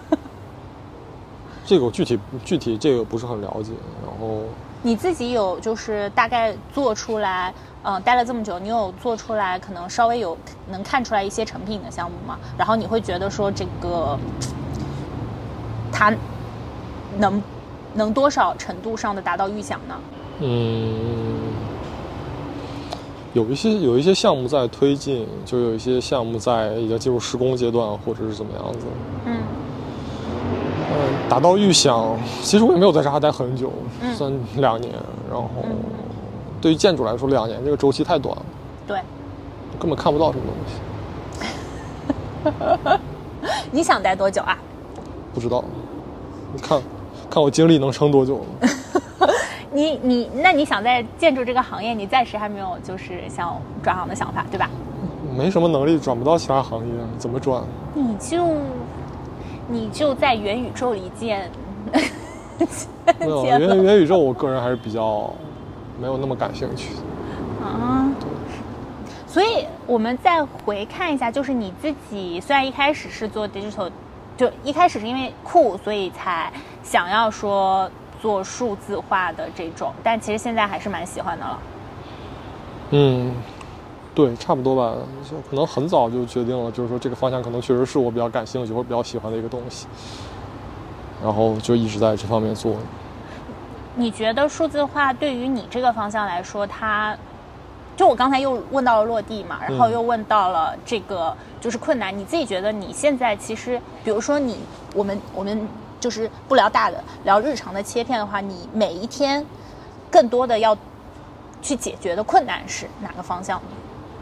这个我具体具体这个不是很了解，然后你自己有就是大概做出来。嗯，待了这么久，你有做出来可能稍微有能看出来一些成品的项目吗？然后你会觉得说这个它能能多少程度上的达到预想呢？ 嗯，有一些有一些项目在推进，就有一些项目在已经进入施工阶段，或者是怎么样子。嗯，嗯，达到预想，其实我也没有在这哈待很久，嗯、算两年，然后。嗯，对于建筑来说，两年这个周期太短了， 对， 根本看不到什么东西。你想待多久啊？ 不知道，你看，看我精力能撑多久了。 你你，那你想在建筑这个行业，你暂时还没有就是想转行的想法，对吧？ 没什么能力，转不到其他行业，怎么转？ 你就你就在元宇宙里建。 没有元元宇宙，我个人还是比较。没有那么感兴趣啊，所以我们再回看一下，就是你自己虽然一开始是做 digital， 就一开始是因为酷，所以才想要说做数字化的这种，但其实现在还是蛮喜欢的了。 嗯，对，差不多吧，就可能很早就决定了，就是说这个方向可能确实是我比较感兴趣或者比较喜欢的一个东西，然后就一直在这方面做。 你觉得数字化对于你这个方向来说，它就我刚才又问到了落地嘛，然后又问到了这个就是困难。嗯、你自己觉得你现在其实，比如说你我们我们就是不聊大的，聊日常的切片的话，你每一天更多的要去解决的困难是哪个方向呢？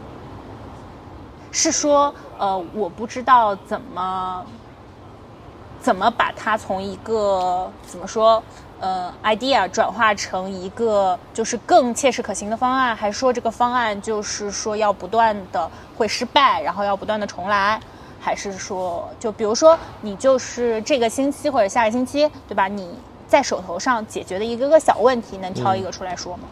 是说呃，我不知道怎么怎么把它从一个怎么说？呃 idea 转化成一个就是更切实可行的方案，还是说这个方案就是说要不断的会失败，然后要不断的重来，还是说就比如说你就是这个星期或者下个星期，对吧？你在手头上解决的一个个小问题，能挑一个出来说吗？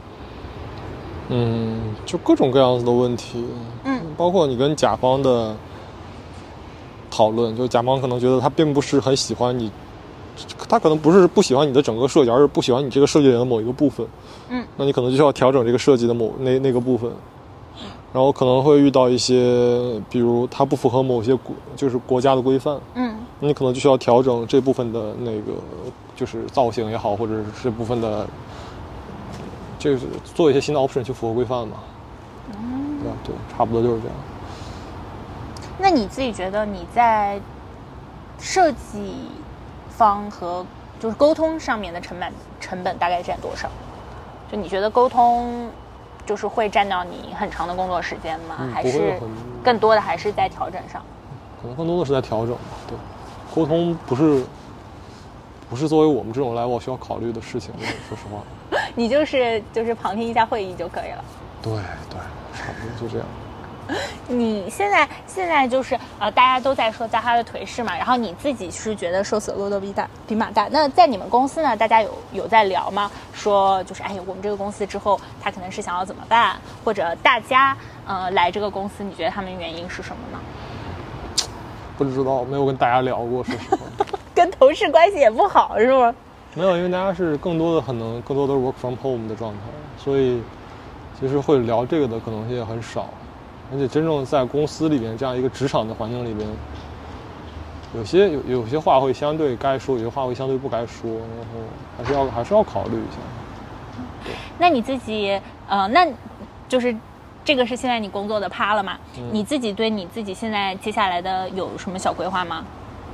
嗯，就各种各样子的问题，嗯，包括你跟甲方的讨论，就甲方可能觉得他并不是很喜欢你。他可能不是不喜欢你的整个设计，而是不喜欢你这个设计人的某一个部分。嗯，那你可能就需要调整这个设计的某那那个部分，然后可能会遇到一些，比如它不符合某些国就是国家的规范。嗯，你可能就需要调整这部分的那个就是造型也好，或者是这部分的，就是做一些新的 option 去符合规范嘛。嗯，对吧？对，差不多就是这样。 那你自己觉得你在设计方和就是沟通上面的成本成本大概占多少？就你觉得沟通就是会占到你很长的工作时间吗？嗯、还是更多的还是在调整上？ 可能更多的是在调整吧。对，沟通不是不是作为我们这种 level 需要考虑的事情。说实话， 你就是就是旁听一下会议就可以了。 对对，差不多就这样。 你现在现在就是呃，大家都在说扎哈的颓势嘛，然后你自己是觉得瘦死的骆驼比大比马大。那在你们公司呢，大家有有在聊吗？说就是哎，我们这个公司之后他可能是想要怎么办，或者大家呃来这个公司，你觉得他们原因是什么呢？ 不知道，没有跟大家聊过，说实话。 跟同事关系也不好是吗？ 没有，因为大家是更多的可能更多都是 work from home 的状态，所以其实会聊这个的可能性也很少，而且真正在公司里边这样一个职场的环境里边，有些有有些话会相对该说，有些话会相对不该说，然后还是要还是要考虑一下。 那你自己呃，那就是这个是现在你工作的趴了嘛？嗯、你自己对你自己现在接下来的有什么小规划吗？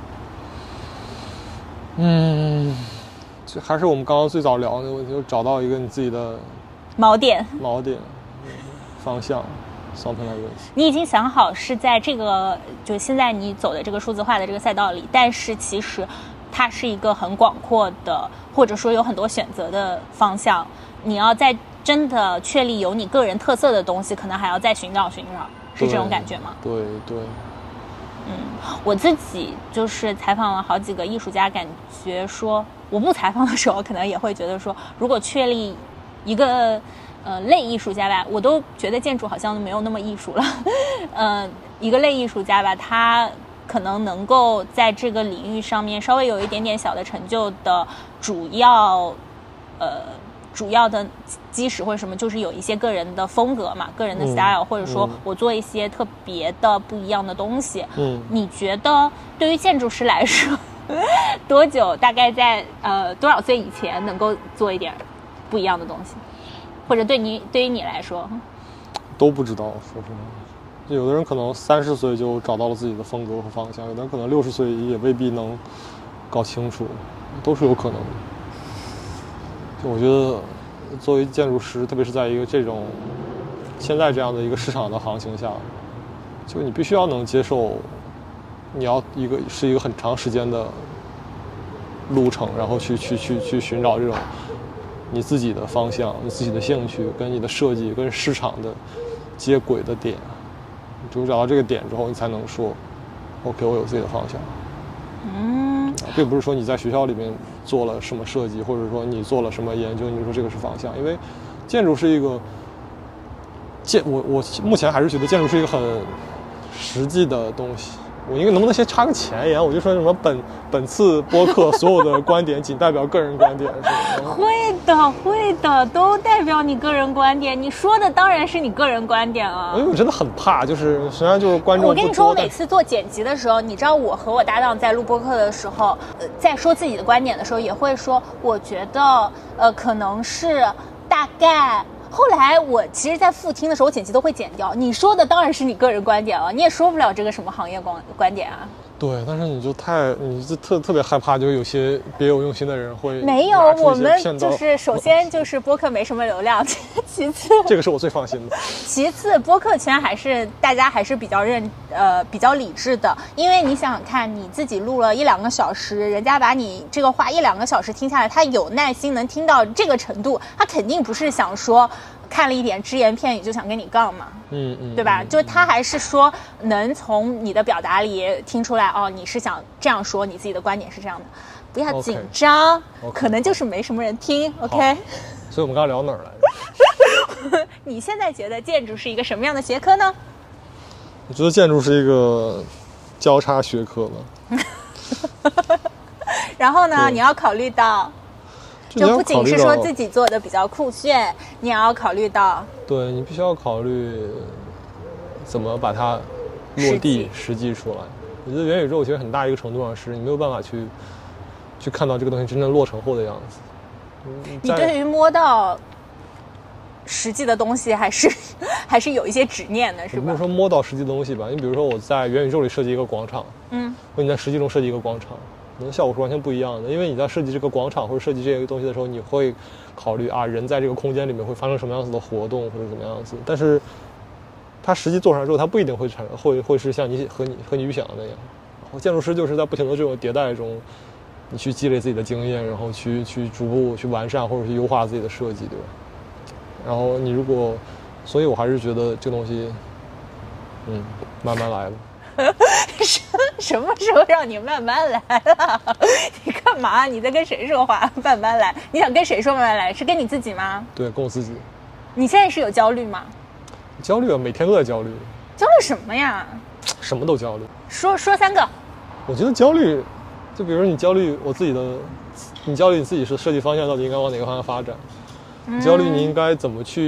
嗯，这还是我们刚刚最早聊的问题，就找到一个你自己的锚点， 锚点、嗯、方向。something like this。 你已经想好是在这个就现在你走的这个数字化的这个赛道里，但是其实它是一个很广阔的，或者说有很多选择的方向。你要在真的确立有你个人特色的东西，可能还要再寻找寻找，是这种感觉吗？ 对对。 嗯，我自己就是采访了好几个艺术家，感觉说我不采访的时候，可能也会觉得说，如果确立一个呃类艺术家吧，我都觉得建筑好像没有那么艺术了。呃，一个类艺术家吧，他可能能够在这个领域上面稍微有一点点小的成就的主要呃主要的基石或者什么，就是有一些个人的风格嘛，个人的 style，、嗯、或者说我做一些特别的不一样的东西。嗯，你觉得对于建筑师来说，多久大概在呃多少岁以前能够做一点不一样的东西？或者对你对于你来说， 都不知道，说实话。有的人可能三十岁就找到了自己的风格和方向，有的人可能六十岁也未必能搞清楚，都是有可能的。就我觉得，作为建筑师，特别是在一个这种现在这样的一个市场的行情下，就你必须要能接受，你要一个是一个很长时间的路程，然后去去去去寻找这种你自己的方向、你自己的兴趣跟你的设计跟市场的接轨的点。你只有找到这个点之后，你才能说 OK 我有自己的方向。嗯，并不是说你在学校里面做了什么设计，或者说你做了什么研究，你就说这个是方向。因为建筑是一个建我我目前还是觉得建筑是一个很实际的东西。我应该能不能先插个前言？我就说什么本本次播客所有的观点仅代表个人观点，是吗？ 会的，会的，都代表你个人观点。你说的当然是你个人观点啊。 因为我真的很怕，就是虽然就是观众， 我跟你说，我每次做剪辑的时候，你知道我和我搭档在录播客的时候，呃，在说自己的观点的时候，也会说，我觉得，呃，可能是大概。后来我其实在复听的时候，我剪辑都会剪掉。你说的当然是你个人观点了，你也说不了这个什么行业观观点啊。 对，但是你就太，你就特特别害怕，就有些别有用心的人会没有。我们就是首先就是播客没什么流量，其次这个是我最放心的。 其次，播客圈还是大家还是比较认呃比较理智的，因为你想想看，你自己录了一两个小时，人家把你这个话一两个小时听下来，他有耐心能听到这个程度，他肯定不是想说。看了一点只言片语就想跟你杠嘛，嗯嗯，对吧？就他还是说能从你的表达里听出来，哦，你是想这样说，你自己的观点是这样的，不要紧张， okay, 可能就是没什么人听 ，OK？ 所以我们刚刚聊哪儿来着？你现在觉得建筑是一个什么样的学科呢？ 我觉得建筑是一个交叉学科吧。然后呢，你要考虑到。就不仅是说自己做的比较酷炫，你也要考虑到， 对你必须要考虑怎么把它落地实际出来。我觉得元宇宙其实很大一个程度上是你没有办法去去看到这个东西真正落成后的样子。 你对于摸到实际的东西还是还是有一些执念的，是吧？ 不是说摸到实际的东西吧，你比如说我在元宇宙里设计一个广场，嗯，或者你在实际中设计一个广场。可能效果是完全不一样的，因为你在设计这个广场或者设计这个东西的时候，你会考虑啊，人在这个空间里面会发生什么样子的活动或者怎么样子。但是，它实际做出来之后，它不一定会产会会是像你和你和你预想的那样。然后建筑师就是在不停的这种迭代中，你去积累自己的经验，然后去去逐步去完善或者去优化自己的设计，对吧？然后你如果，所以我还是觉得这个东西，嗯，慢慢来了。 什什么时候让你慢慢来了？你干嘛？你在跟谁说话？慢慢来？你想跟谁说慢慢来？是跟你自己吗？ 对，跟我自己。 你现在是有焦虑吗？ 焦虑啊，每天都在焦虑。 焦虑什么呀？ 什么都焦虑。 说说三个。 我觉得焦虑，就比如说你焦虑我自己的，你焦虑你自己是设计方向到底应该往哪个方向发展？嗯、焦虑你应该怎么去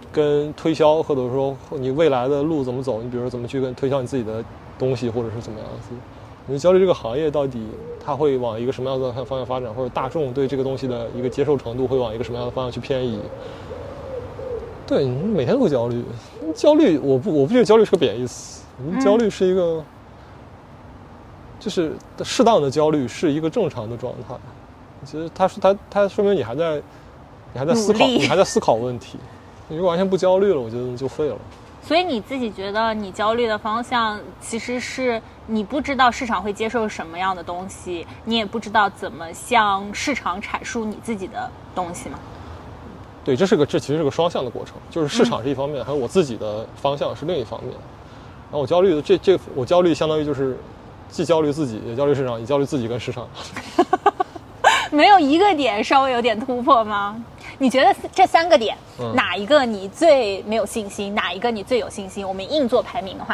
跟推销，或者说你未来的路怎么走，你比如说怎么去跟推销你自己的东西，或者是怎么样子。你焦虑这个行业到底它会往一个什么样的方向发展，或者大众对这个东西的一个接受程度会往一个什么样的方向去偏移？对，你每天都会焦虑。焦虑，我不我不觉得焦虑是个贬义词，焦虑是一个，嗯、就是适当的焦虑是一个正常的状态。其实它是它它说明你还在你还在思考，你还在思考问题。你如果完全不焦虑了，我觉得就废了。 所以你自己觉得你焦虑的方向其实是你不知道市场会接受什么样的东西，你也不知道怎么向市场阐述你自己的东西吗？ 对，这是个这其实是个双向的过程，就是市场是一方面，嗯、还有我自己的方向是另一方面。然后我焦虑的这这我焦虑相当于就是既焦虑自己，也焦虑市场，也焦虑自己跟市场。 没有一个点稍微有点突破吗？你觉得这三个点、嗯、哪一个你最没有信心，哪一个你最有信心？我们硬做排名的话，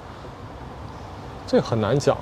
这很难讲。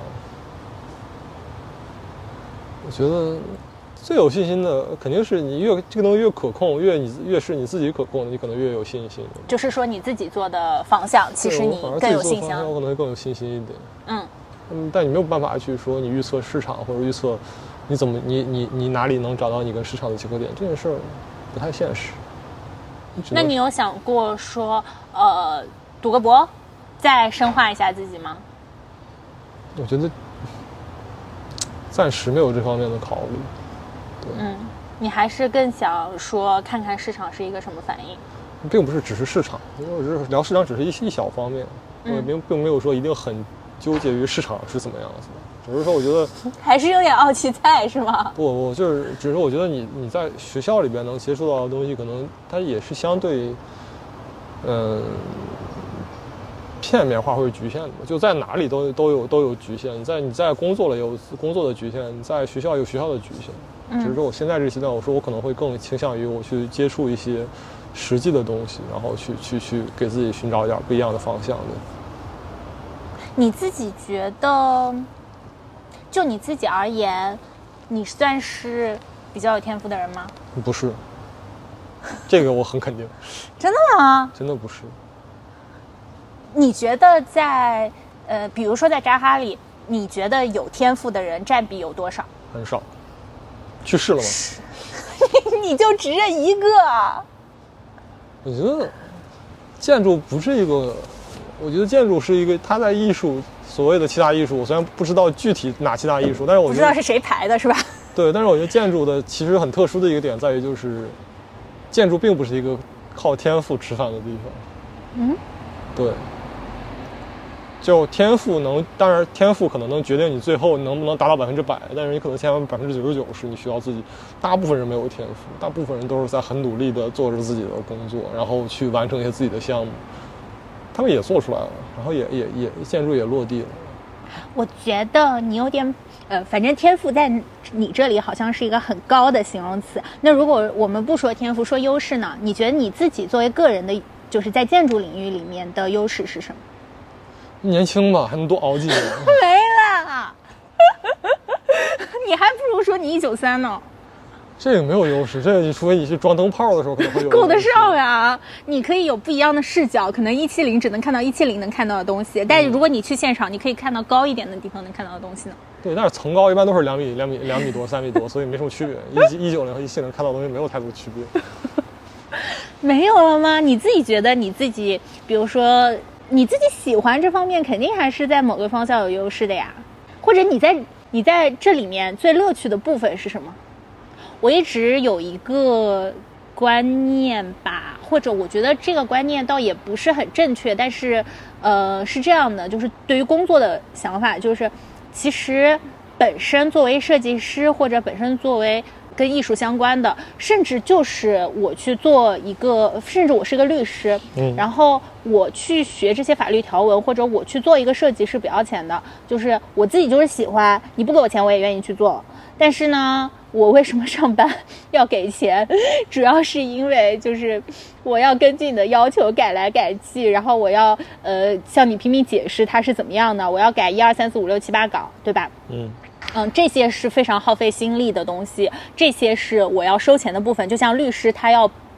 我觉得最有信心的肯定是你越这个东西越可控，越你越是你自己可控的，你可能越有信心。 就是说你自己做的方向，其实你更有信心。 我可能会更有信心一点。嗯嗯，但你没有办法去说你预测市场或者预测你怎么你你你哪里能找到你跟市场的结合点，这件事儿不太现实。 那你有想过说呃赌个博再深化一下自己吗？ 我觉得暂时没有这方面的考虑。对， 嗯，你还是更想说看看市场是一个什么反应， 并不是只是市场，因为我是聊市场只是一一小方面，我并并没有说一定很纠结于市场是怎么样子的，只是说我觉得还是有点奥奇菜是吗？ 不，我就是只是我觉得你你在学校里边能接触到的东西，可能它也是相对，嗯、呃，片面化或者局限的，就在哪里都都有都有局限。你在你在工作了有工作的局限，你在学校有学校的局限。只是说我现在这个阶段，我说我可能会更倾向于我去接触一些实际的东西，然后去去去给自己寻找一点不一样的方向的。 你自己觉得，就你自己而言，你算是比较有天赋的人吗？ 不是，这个我很肯定。 真的吗？ 真的不是。 你觉得在呃，比如说在扎哈里，你觉得有天赋的人占比有多少？ 很少。去世了吗？ 你就只认一个？ 我觉得建筑不是一个，我觉得建筑是一个，它在艺术所谓的七大艺术，我虽然不知道具体哪七大艺术，但是我不知道是谁排的，是吧？ 对，但是我觉得建筑的其实很特殊的一个点在于，就是建筑并不是一个靠天赋吃饭的地方。嗯，对。就天赋能，当然天赋可能能决定你最后能不能达到百分之百，但是你可能前百分之九十九是你需要自己。大部分人没有天赋，大部分人都是在很努力的做着自己的工作，然后去完成一些自己的项目。他们也做出来了，然后也也也建筑也落地了。 我觉得你有点呃，反正天赋在你这里好像是一个很高的形容词。那如果我们不说天赋，说优势呢？你觉得你自己作为个人的，就是在建筑领域里面的优势是什么？ 年轻吧，还能多熬几年。 没了，你还不如说你一九三呢。 这个没有优势，这个你除非你去装灯泡的时候可能会有。 够得上呀！你可以有不一样的视角，可能一七零只能看到一七零能看到的东西，但是如果你去现场，你可以看到高一点的地方能看到的东西呢。 对，但是层高一般都是两米、两米、两米多、三米多，所以没什么区别。一一九零和一七零看到的东西没有太多区别。 没有了吗？你自己觉得你自己，比如说。你自己喜欢这方面，肯定还是在某个方向有优势的呀。或者你在你在这里面最乐趣的部分是什么？我一直有一个观念吧，或者我觉得这个观念倒也不是很正确，但是呃是这样的，就是对于工作的想法，就是其实本身作为设计师，或者本身作为跟艺术相关的，甚至就是我去做一个，甚至我是个律师，嗯，然后我去学这些法律条文，或者我去做一个设计是不要钱的，就是我自己就是喜欢，你不给我钱我也愿意去做。但是呢，我为什么上班要给钱？主要是因为就是我要根据你的要求改来改去，然后我要呃向你拼命解释它是怎么样的，我要改一二三四五六七八稿，对吧？嗯。嗯，这些是非常耗费心力的东西，这些是我要收钱的部分。就像律师他要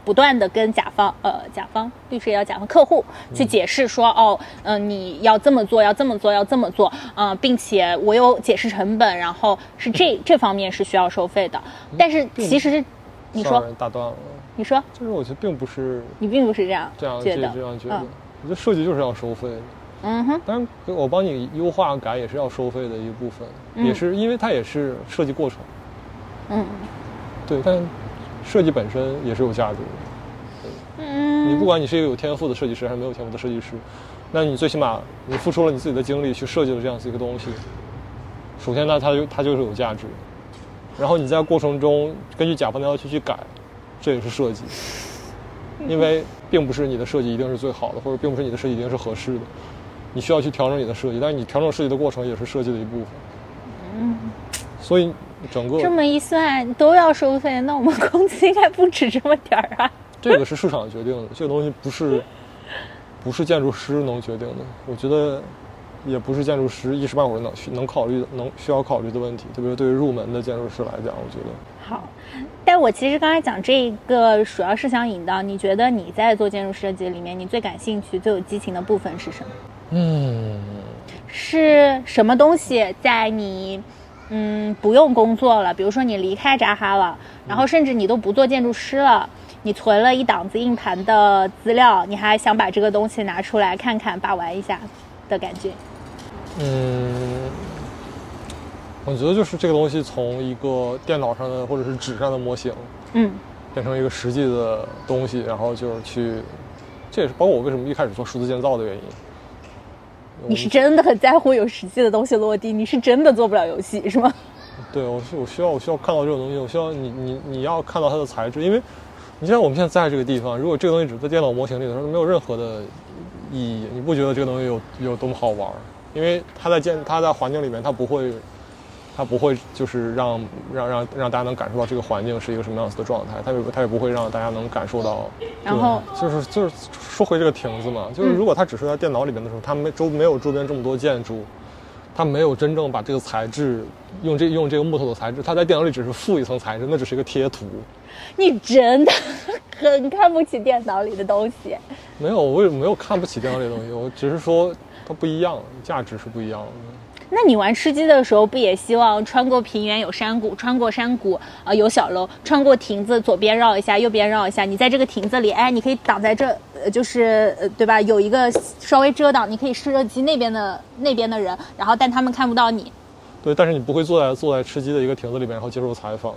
不断的跟甲方呃甲方律师也要甲方客户去解释说、嗯、哦嗯、呃、你要这么做要这么做要这么做嗯、呃，并且我有解释成本，然后是这这方面是需要收费的。但是其实是你说打断了， 你说就是我觉得并不是你并不是这样这样觉得这样觉得、嗯、我觉得设计就是要收费的。 嗯哼， 当然我帮你优化改也是要收费的一部分、嗯、也是因为它也是设计过程。 嗯， 对，但设计本身也是有价值的。嗯，你不管你是一个有天赋的设计师还是没有天赋的设计师，那你最起码你付出了你自己的精力去设计了这样子一个东西，首先呢它就它就是有价值，然后你在过程中根据甲方的要求去改，这也是设计。因为并不是你的设计一定是最好的，或者并不是你的设计一定是合适的，你需要去调整你的设计，但是你调整设计的过程也是设计的一部分。嗯，所以整个这么一算都要收费，那我们工资应该不止这么点儿啊。 这个是市场决定的，这个东西不是不是建筑师能决定的，我觉得也不是建筑师一时半会儿能能考虑能需要考虑的问题，特别是对于入门的建筑师来讲，我觉得。 好，但我其实刚才讲这个主要是想引导你觉得你在做建筑设计里面你最感兴趣最有激情的部分是什么？ 嗯， 是什么东西在你嗯不用工作了，比如说你离开扎哈了，然后甚至你都不做建筑师了，你存了一档子硬盘的资料，你还想把这个东西拿出来看看把玩一下的感觉？ 嗯，我觉得就是这个东西从一个电脑上的或者是纸上的模型，嗯，变成一个实际的东西，然后就是去，这也是包括我为什么一开始做数字建造的原因。 你是真的很在乎有实际的东西落地，你是真的做不了游戏是吗？ 对，我我需要我需要看到这种东西，我需要你你你要看到它的材质，因为你像我们现在在这个地方，如果这个东西只在电脑模型里头，没有任何的意义，你不觉得这个东西有有多么好玩？因为它在建它在环境里面，它不会。它不会就是让让让让大家能感受到这个环境是一个什么样子的状态，它也它也不会让大家能感受到。 然后就是就是说回这个亭子嘛，就是如果它只是在电脑里面的时候，它没周没有周边这么多建筑，它没有真正把这个材质用这用这个木头的材质，它在电脑里只是附一层材质，那只是一个贴图。 你真的很看不起电脑里的东西。 没有，我也没有看不起电脑里的东西，我只是说它不一样，价值是不一样的。 那你玩吃鸡的时候不也希望穿过平原有山谷，穿过山谷呃有小楼，穿过亭子左边绕一下右边绕一下，你在这个亭子里哎你可以挡在这呃就是呃对吧，有一个稍微遮挡，你可以射击那边的那边的人，然后但他们看不到你。 对，但是你不会坐在坐在吃鸡的一个亭子里面然后接受采访。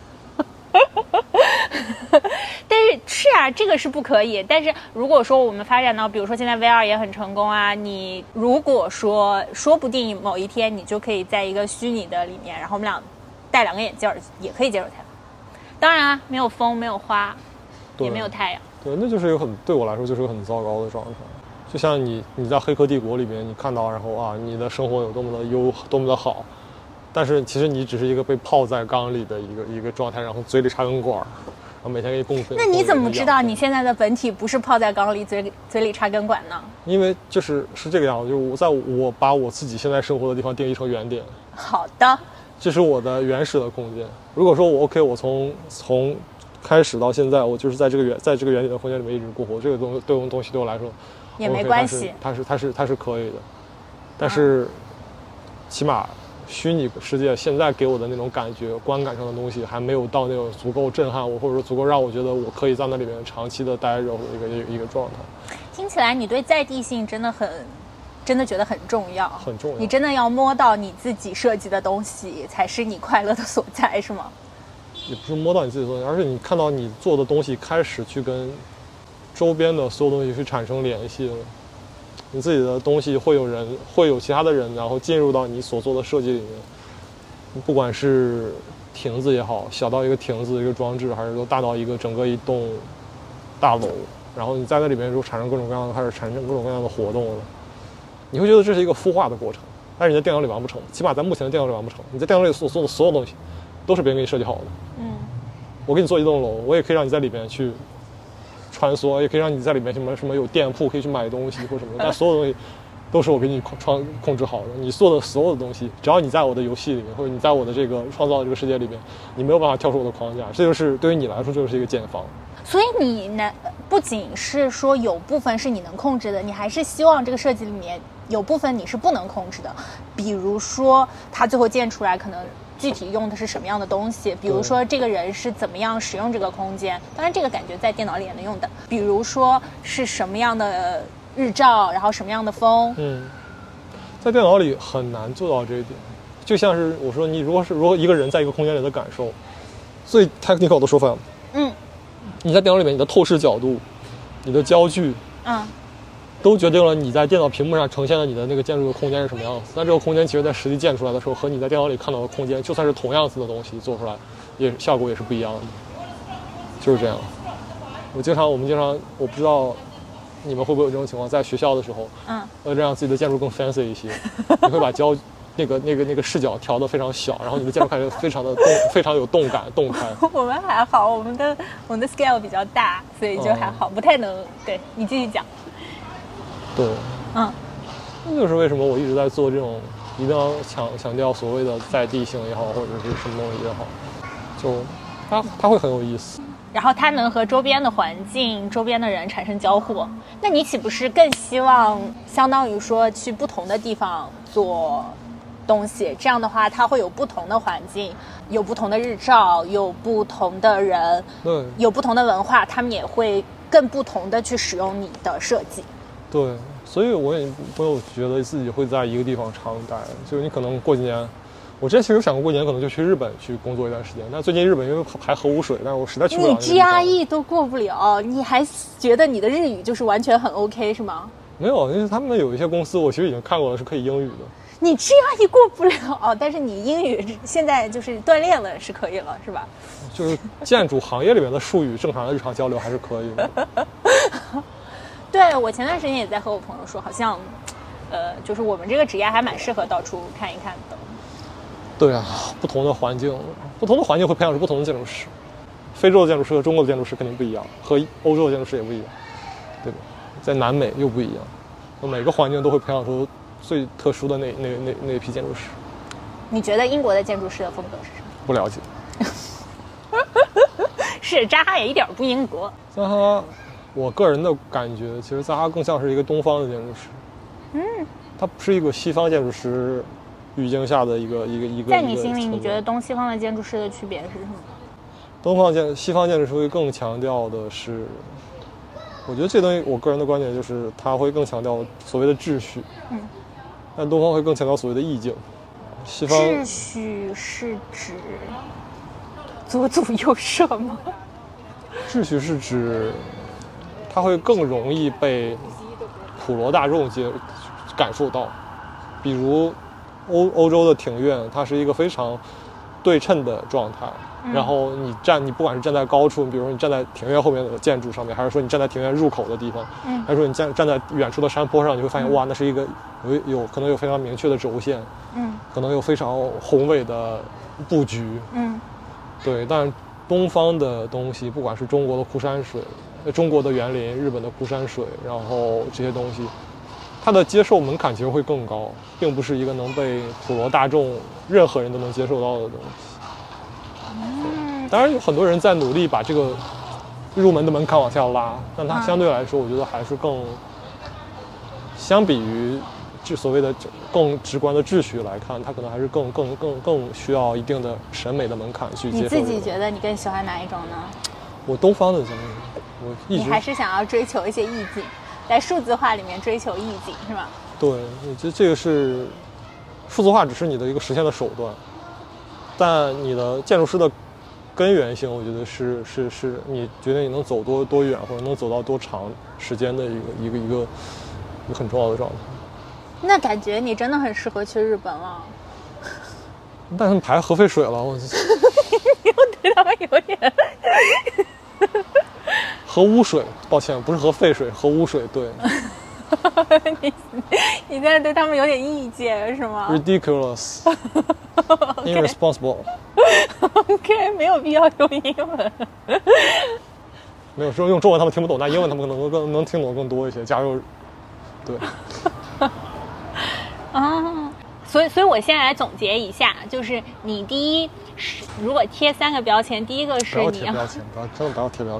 但是是啊，这个是不可以。但是如果说我们发展到，比如说现在 V R 也很成功啊，你如果说说不定某一天你就可以在一个虚拟的里面，然后我们俩戴两个眼镜也可以接受采访。当然啊，没有风，没有花，也没有太阳。 对，那就是一个很对我来说就是一个很糟糕的状态。就像你你在《黑客帝国》里面，你看到然后啊，你的生活有多么的优，多么的好。但是其实你只是一个被泡在缸里的一个一个状态，然后嘴里插根管，然后每天给你供水。 那你怎么知道你现在的本体不是泡在缸里，嘴里嘴里插根管呢？ 因为就是是这个样子，就是我在我把我自己现在生活的地方定义成原点。 好的， 这是我的原始的空间。如果说我 OK， 我从从开始到现在，我就是在这个原在这个原点的空间里面一直过活，这个东对东东西对我来说也没关系， OK， 它是它是它是可以的，但是、啊、起码。虚拟世界现在给我的那种感觉观感上的东西还没有到那种足够震撼我，或者说足够让我觉得我可以在那里面长期的待着的一个一个状态。 听起来你对在地性真的很真的觉得很重要， 很重要。 你真的要摸到你自己设计的东西才是你快乐的所在，是吗？ 也不是摸到你自己的东西，而是你看到你做的东西开始去跟周边的所有东西去产生联系了。你自己的东西会有人会有其他的人然后进入到你所做的设计里面，不管是亭子也好，小到一个亭子一个装置，还是说大到一个整个一栋大楼，然后你在那里面就产生各种各样的开始产生各种各样的活动了，你会觉得这是一个孵化的过程，但是你在电脑里完不成，起码在目前的电脑里完不成。你在电脑里所做的所有东西都是别人给你设计好的。嗯，我给你做一栋楼，我也可以让你在里面去穿梭，也可以让你在里面什么什么有店铺可以去买东西或什么的，但所有东西都是我给你控控制好的。你做的所有的东西，只要你在我的游戏里面，或者你在我的这个创造的这个世界里面，你没有办法跳出我的框架，这就是对于你来说就是一个茧房。 所以你呢，不仅是说有部分是你能控制的，你还是希望这个设计里面有部分你是不能控制的，比如说它最后建出来可能具体用的是什么样的东西，比如说这个人是怎么样使用这个空间，当然这个感觉在电脑里也能用的，比如说是什么样的日照，然后什么样的风。 嗯，在电脑里很难做到这一点，就像是我说，你如果是如果一个人在一个空间里的感受，最 technical 的说法， 嗯， 你在电脑里面你的透视角度，你的焦距， 嗯， 都决定了你在电脑屏幕上呈现的你的那个建筑的空间是什么样子。但这个空间其实在实际建出来的时候，和你在电脑里看到的空间，就算是同样子的东西做出来，也效果也是不一样的。就是这样。我经常，我们经常，我不知道你们会不会有这种情况，在学校的时候， 嗯， 为了让自己的建筑更 fancy 一些，你会把焦那个那个那个视角调得非常小，然后你的建筑看起来非常的动，非常有动感、动态。 我们还好，我们的我们的 scale 比较大，所以就还好，嗯、不太能。对，你继续讲。 对， 嗯， 这就是为什么我一直在做这种，一定要强强调所谓的在地性也好，或者是什么东西也好，就它它会很有意思。 然后它能和周边的环境、周边的人产生交互，那你岂不是更希望，相当于说去不同的地方做东西？这样的话，它会有不同的环境，有不同的日照，有不同的人， 对， 有不同的文化，他们也会更不同的去使用你的设计。 对，所以我也没有觉得自己会在一个地方长待，就是你可能过几年。我之前其实想过过年可能就去日本去工作一段时间，但最近日本因为排核污水，但是我实在去不了。 你 G R E 都过不了，你还觉得你的日语就是完全很 OK 是吗？ 没有，因为他们有一些公司我其实已经看过了是可以英语的。 你 G R E 过不了哦，但是你英语现在就是锻炼了是可以了是吧？ 就是建筑行业里面的术语正常的日常交流还是可以的。 对，我前段时间也在和我朋友说，好像呃就是我们这个职业还蛮适合到处看一看的。 对啊，不同的环境，不同的环境会培养出不同的建筑师。非洲的建筑师和中国的建筑师肯定不一样，和欧洲的建筑师也不一样，对吧？在南美又不一样，每个环境都会培养出最特殊的那那那那一批建筑师。 你觉得英国的建筑师的风格是什么？ 不了解。 是扎哈也一点不英国。 扎哈，我个人的感觉，其实扎哈更像是一个东方的建筑师。 嗯， 他不是一个西方建筑师语境下的一个一个一个。 在你心里，你觉得东西方的建筑师的区别是什么？ 东方建西方建筑师会更强调的是，我觉得这东西，我个人的观点就是，他会更强调所谓的秩序， 嗯， 但东方会更强调所谓的意境。西方秩序是指左祖右社吗？ 秩序是指，它会更容易被普罗大众接感受到，比如欧欧洲的庭院，它是一个非常对称的状态。嗯、然后你站，你不管是站在高处，比如说你站在庭院后面的建筑上面，还是说你站在庭院入口的地方， 嗯、 还是说你站站在远处的山坡上，你会发现、嗯、哇，那是一个有有可能有非常明确的轴线， 嗯， 可能有非常宏伟的布局， 嗯， 对。但东方的东西，不管是中国的枯山水、中国的园林、日本的枯山水，然后这些东西，它的接受门槛其实会更高，并不是一个能被普罗大众任何人都能接受到的东西。 嗯， 当然有很多人在努力把这个入门的门槛往下拉，但它相对来说，我觉得还是更，相比于这所谓的更直观的秩序来看，它可能还是更更更更需要一定的审美的门槛去接受。 你自己觉得你更喜欢哪一种呢？ 我东方的建筑，我一直你还是想要追求一些意境，在数字化里面追求意境是吗？ 对，我觉得这个是数字化只是你的一个实现的手段。但你的建筑师的根源性，我觉得是是是你觉得你能走多多远，或者能走到多长时间的一个一个一个一个很重要的状态。 那感觉你真的很适合去日本了。 但他们排核废水了，我又对他们有点核污水，抱歉，不是核废水，核污水，对。 你你现在对他们有点意见是吗 ？Ridiculous, irresponsible. OK， 没有必要用英文。 没有说用中文他们听不懂，但英文他们可能更能听懂更多一些。加入，对。 啊，所以所以我现在来总结一下，就是你第一是如果贴三个标签，第一个是你不要贴标签，不要真的不要贴标签。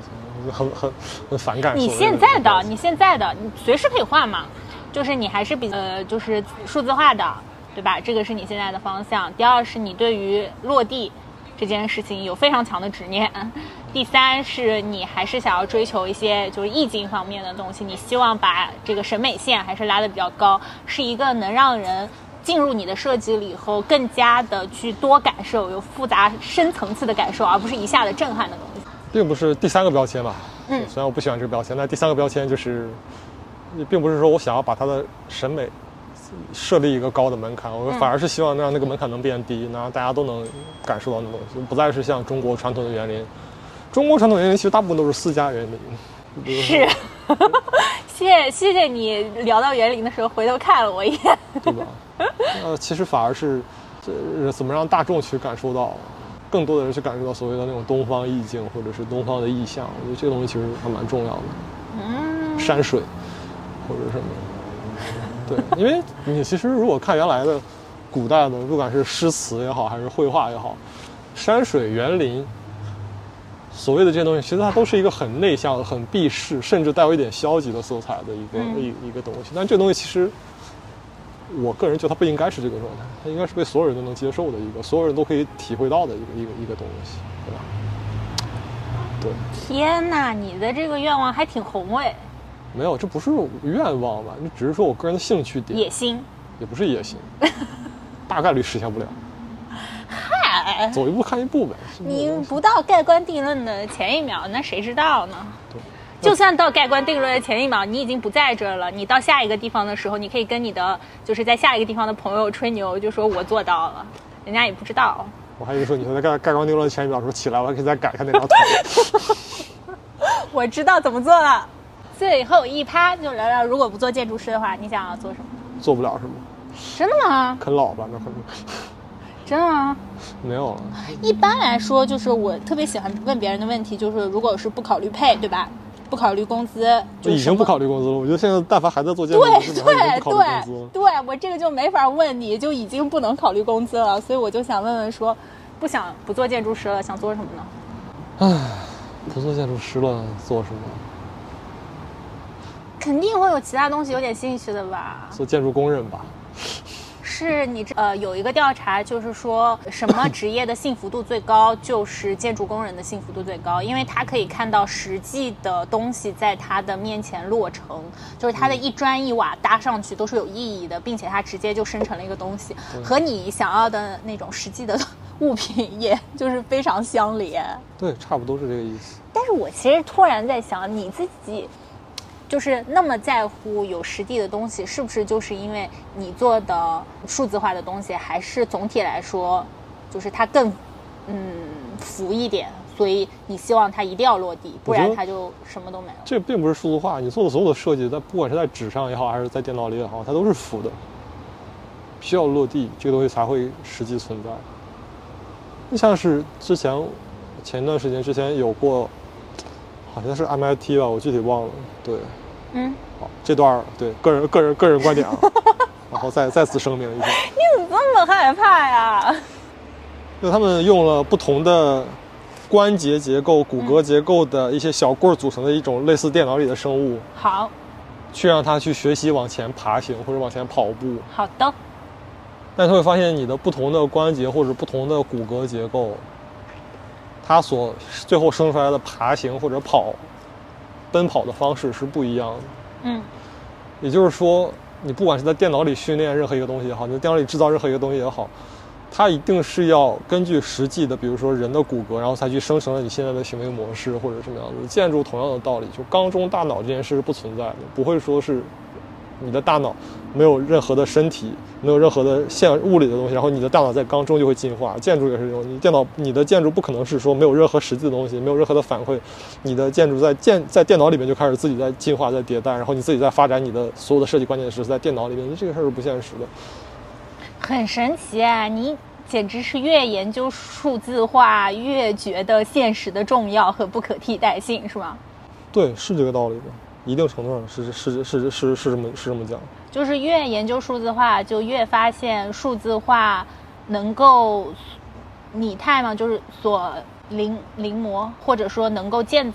很很很反感。 你现在的你现在的你随时可以换嘛，就是你还是比呃就是数字化的，对吧？这个是你现在的方向。第二是你对于落地这件事情有非常强的执念。第三是你还是想要追求一些就是意境方面的东西，你希望把这个审美线还是拉得比较高，是一个能让人进入你的设计里以后更加的去多感受，有复杂深层次的感受，而不是一下的震撼的东西。 并不是第三个标签吧， 嗯， 虽然我不喜欢这个标签，但第三个标签就是并不是说我想要把它的审美设立一个高的门槛，我反而是希望让那个门槛能变低，能让大家都能感受到那东西，不再是像中国传统的园林。中国传统园林其实大部分都是私家园林。 是，谢谢谢谢你聊到园林的时候回头看了我一眼， 对吧？呃，其实反而是这怎么让大众去感受到，更多的人去感受到所谓的那种东方意境或者是东方的意象，我觉得这个东西其实还蛮重要的。嗯，山水或者什么。对，因为你其实如果看原来的古代的，不管是诗词也好，还是绘画也好，山水园林，所谓的这些东西，其实它都是一个很内向、很避世，甚至带有一点消极的色彩的一个、嗯、一一个东西。但这个东西其实，我个人觉得它不应该是这个状态，它应该是被所有人都能接受的一个，所有人都可以体会到的一个一个一个东西，对吧？对。 天哪，你的这个愿望还挺宏伟。 没有，这不是愿望吧？你只是说我个人的兴趣点。 野心。也不是野心，大概率实现不了。 嗨， 走一步看一步呗。 你不到盖棺定论的前一秒，那谁知道呢？对。就算到盖棺定论的前一秒，你已经不在这儿了，你到下一个地方的时候，你可以跟你的就是在下一个地方的朋友吹牛，就说我做到了，人家也不知道。 我还以为说你说在盖盖棺定论的前一秒说起来，我还可以再改看那张图。 我知道怎么做了。最后一趴就聊聊，如果不做建筑师的话，你想要做什么？ 做不了是吗？ 真的吗？ 啃老吧，那可能。 真的吗？ 没有了。 一般来说，就是我特别喜欢问别人的问题，就是如果是不考虑配，对吧？不考虑工资，就已经不考虑工资了。我觉得现在但凡还在做建筑师， 对对对对，我这个就没法问你，就已经不能考虑工资了。所以我就想问问说，不想不做建筑师了，想做什么呢？ 唉，不做建筑师了，做什么？ 肯定会有其他东西有点兴趣的吧？ 做建筑工人吧。 是你呃有一个调查，就是说什么职业的幸福度最高，就是建筑工人的幸福度最高，因为他可以看到实际的东西在他的面前落成，就是他的一砖一瓦搭上去都是有意义的，并且他直接就生成了一个东西，和你想要的那种实际的物品也就是非常相连。 对，差不多是这个意思。 但是我其实突然在想，你自己就是那么在乎有实地的东西，是不是就是因为你做的数字化的东西还是总体来说就是它更嗯浮一点，所以你希望它一定要落地，不然它就什么都没有。 这并不是数字化，你做的所有的设计，在不管是在纸上也好，还是在电脑里也好，它都是浮的，需要落地，这个东西才会实际存在。就像是之前前一段时间之前有过，好像是 M I T 吧，我具体忘了。对， 嗯， 好，这段对个人个人个人观点啊，然后再再次声明一下。 你怎么这么害怕呀？ 就他们用了不同的关节结构、骨骼结构的一些小棍组成的一种类似电脑里的生物， 好， 去让它去学习往前爬行或者往前跑步。 好的。 但是会发现你的不同的关节或者不同的骨骼结构，它所最后生出来的爬行或者跑、奔跑的方式是不一样的。 嗯， 也就是说，你不管是在电脑里训练任何一个东西也好，你在电脑里制造任何一个东西也好，它一定是要根据实际的，比如说人的骨骼，然后才去生成了你现在的行为模式或者什么样子。建筑同样的道理，就缸中大脑这件事是不存在的，不会说是你的大脑没有任何的身体，没有任何的现物理的东西，然后你的大脑在缸中就会进化。建筑也是这种，你电脑你的建筑不可能是说没有任何实际的东西，没有任何的反馈，你的建筑在建在电脑里面就开始自己在进化在迭代，然后你自己在发展你的所有的设计关键是在电脑里面，这个事儿是不现实的。 很神奇啊，你简直是越研究数字化越觉得现实的重要和不可替代性，是吗？ 对，是这个道理的，一定程度上是是是是是这么是这么讲。 就是越研究数字化，就越发现数字化能够拟态嘛，就是所临临摹，或者说能够建造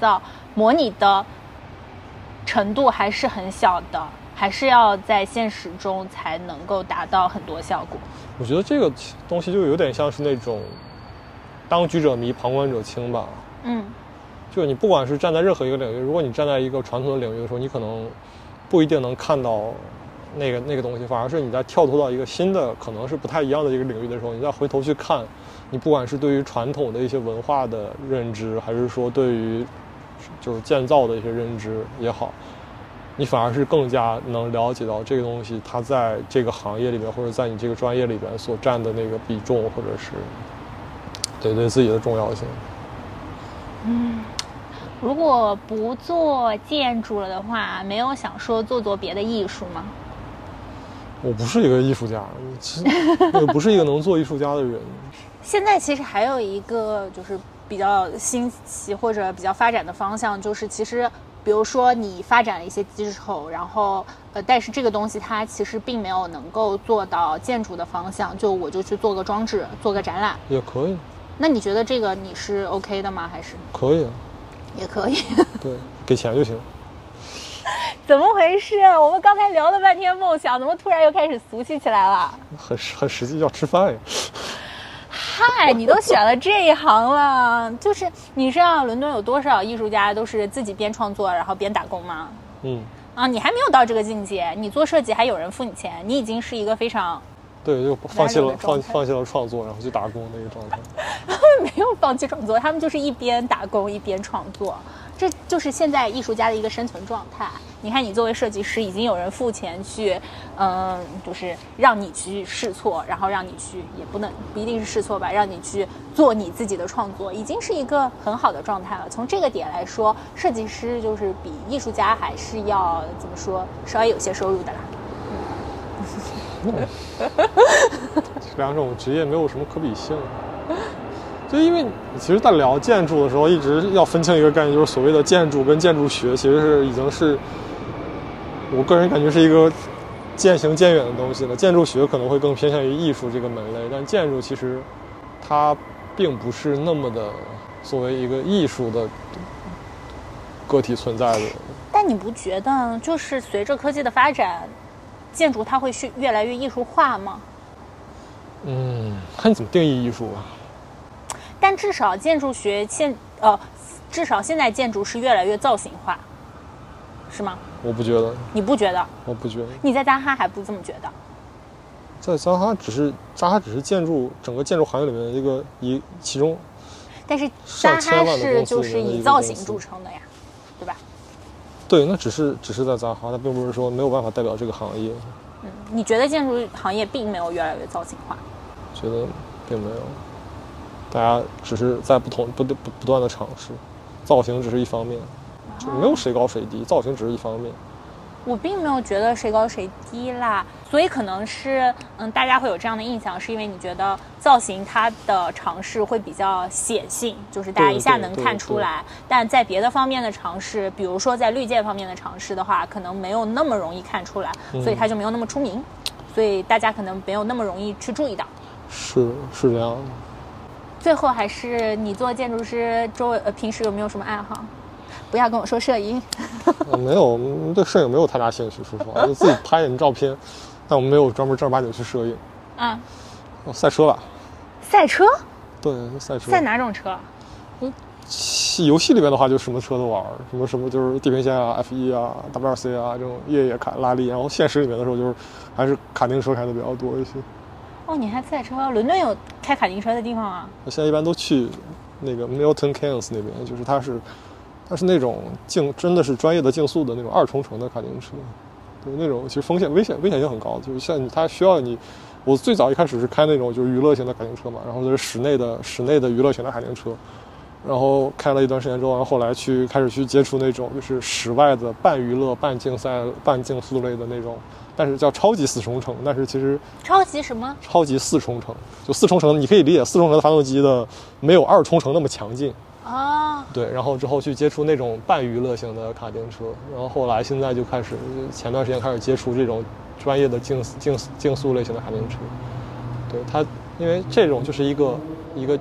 模拟的程度还是很小的，还是要在现实中才能够达到很多效果。 我觉得这个东西就有点像是那种当局者迷旁观者清吧。 嗯， 就是你不管是站在任何一个领域，如果你站在一个传统的领域的时候，你可能不一定能看到那个那个东西，反而是你在跳脱到一个新的可能是不太一样的一个领域的时候，你再回头去看，你不管是对于传统的一些文化的认知，还是说对于就是建造的一些认知也好，你反而是更加能了解到这个东西它在这个行业里面或者在你这个专业里边所占的那个比重，或者是对对自己的重要性。 嗯，如果不做建筑了的话，没有想说做做别的艺术吗？ 我不是一个艺术家，我不是一个能做艺术家的人。 现在其实还有一个就是比较新奇或者比较发展的方向，就是其实比如说你发展了一些基础，然后呃，但是这个东西它其实并没有能够做到建筑的方向，就我就去做个装置，做个展览也可以。 那你觉得这个你是 OK 的吗？还是可以啊， 也可以。 对，给钱就行。 怎么回事？我们刚才聊了半天梦想，怎么突然又开始俗气起来了？ 很很实际，要吃饭呀。 嗨，你都选了这一行了，就是你知道伦敦有多少艺术家都是自己边创作然后边打工吗？ 嗯。 啊，你还没有到这个境界，你做设计还有人付你钱，你已经是一个非常。 对，就放弃了放放弃了创作，然后去打工那个状态。 他们没有放弃创作，他们就是一边打工一边创作，这就是现在艺术家的一个生存状态。你看，你作为设计师，已经有人付钱去，嗯，就是让你去试错，然后让你去，也不能不一定是试错吧，让你去做你自己的创作，已经是一个很好的状态了。从这个点来说，设计师就是比艺术家还是要怎么说，稍微有些收入的啦。 嗯这两种职业没有什么可比性，就因为其实在聊建筑的时候，一直要分清一个概念，就是所谓的建筑跟建筑学，其实是已经是我个人感觉是一个渐行渐远的东西了。建筑学可能会更偏向于艺术这个门类，但建筑其实它并不是那么的作为一个艺术的个体存在的。 但你不觉得就是随着科技的发展，建筑它会越来越艺术化吗？ 嗯，看你怎么定义艺术啊。 但至少建筑学现呃，至少现在建筑是越来越造型化，是吗？ 我不觉得。 你不觉得？ 我不觉得。 你在扎哈还不这么觉得？ 在扎哈只是扎哈只是建筑整个建筑行业里面的一个一其中。 但是扎哈是就是以造型著称的呀，对吧？ 对，那只是只是在扎哈，它并不是说没有办法代表这个行业。 嗯，你觉得建筑行业并没有越来越造型化？ 觉得并没有，大家只是在不同不不不断的尝试，造型只是一方面，就没有谁高谁低，造型只是一方面。 我并没有觉得谁高谁低啦，所以可能是嗯，大家会有这样的印象，是因为你觉得造型它的尝试会比较显性，就是大家一下能看出来，但在别的方面的尝试，比如说在绿界方面的尝试的话，可能没有那么容易看出来， 嗯、 所以它就没有那么出名，所以大家可能没有那么容易去注意到。是是这样的。 最后还是你做建筑师，周围呃平时有没有什么爱好？不要跟我说摄影。 呃、没有，对摄影没有太大兴趣，说实话，就自己拍点照片，但我们没有专门正儿八经去摄影。 啊、 嗯，赛车吧。 赛车？ 对，赛车。 赛哪种车？ 嗯，游戏里面的话就什么车都玩，什么什么就是地平线啊、F 一 啊、W R C 啊这种越野卡拉力，然后现实里面的时候就是还是卡丁车开的比较多一些。 哦，你还赛车？伦敦有开卡丁车的地方啊？ 我现在一般都去那个 Milton Keynes 那边，就是它是它是那种竞真的是专业的竞速的那种二冲程的卡丁车，对，那种其实风险危险危险性很高，就是像你它需要你，我最早一开始是开那种就是娱乐型的卡丁车嘛，然后就是室内的室内的娱乐型的卡丁车，然后开了一段时间之后，然后后来去开始去接触那种就是室外的半娱乐、半竞赛、半竞速类的那种。但是叫超级四冲程，但是其实超级什么？超级四冲程，就四冲程，你可以理解四冲程的发动机的没有二冲程那么强劲啊。 对，然后之后去接触那种半娱乐型的卡丁车，然后后来现在就开始前段时间开始接触这种专业的竞竞竞速类型的卡丁车。对它，因为这种就是一个一个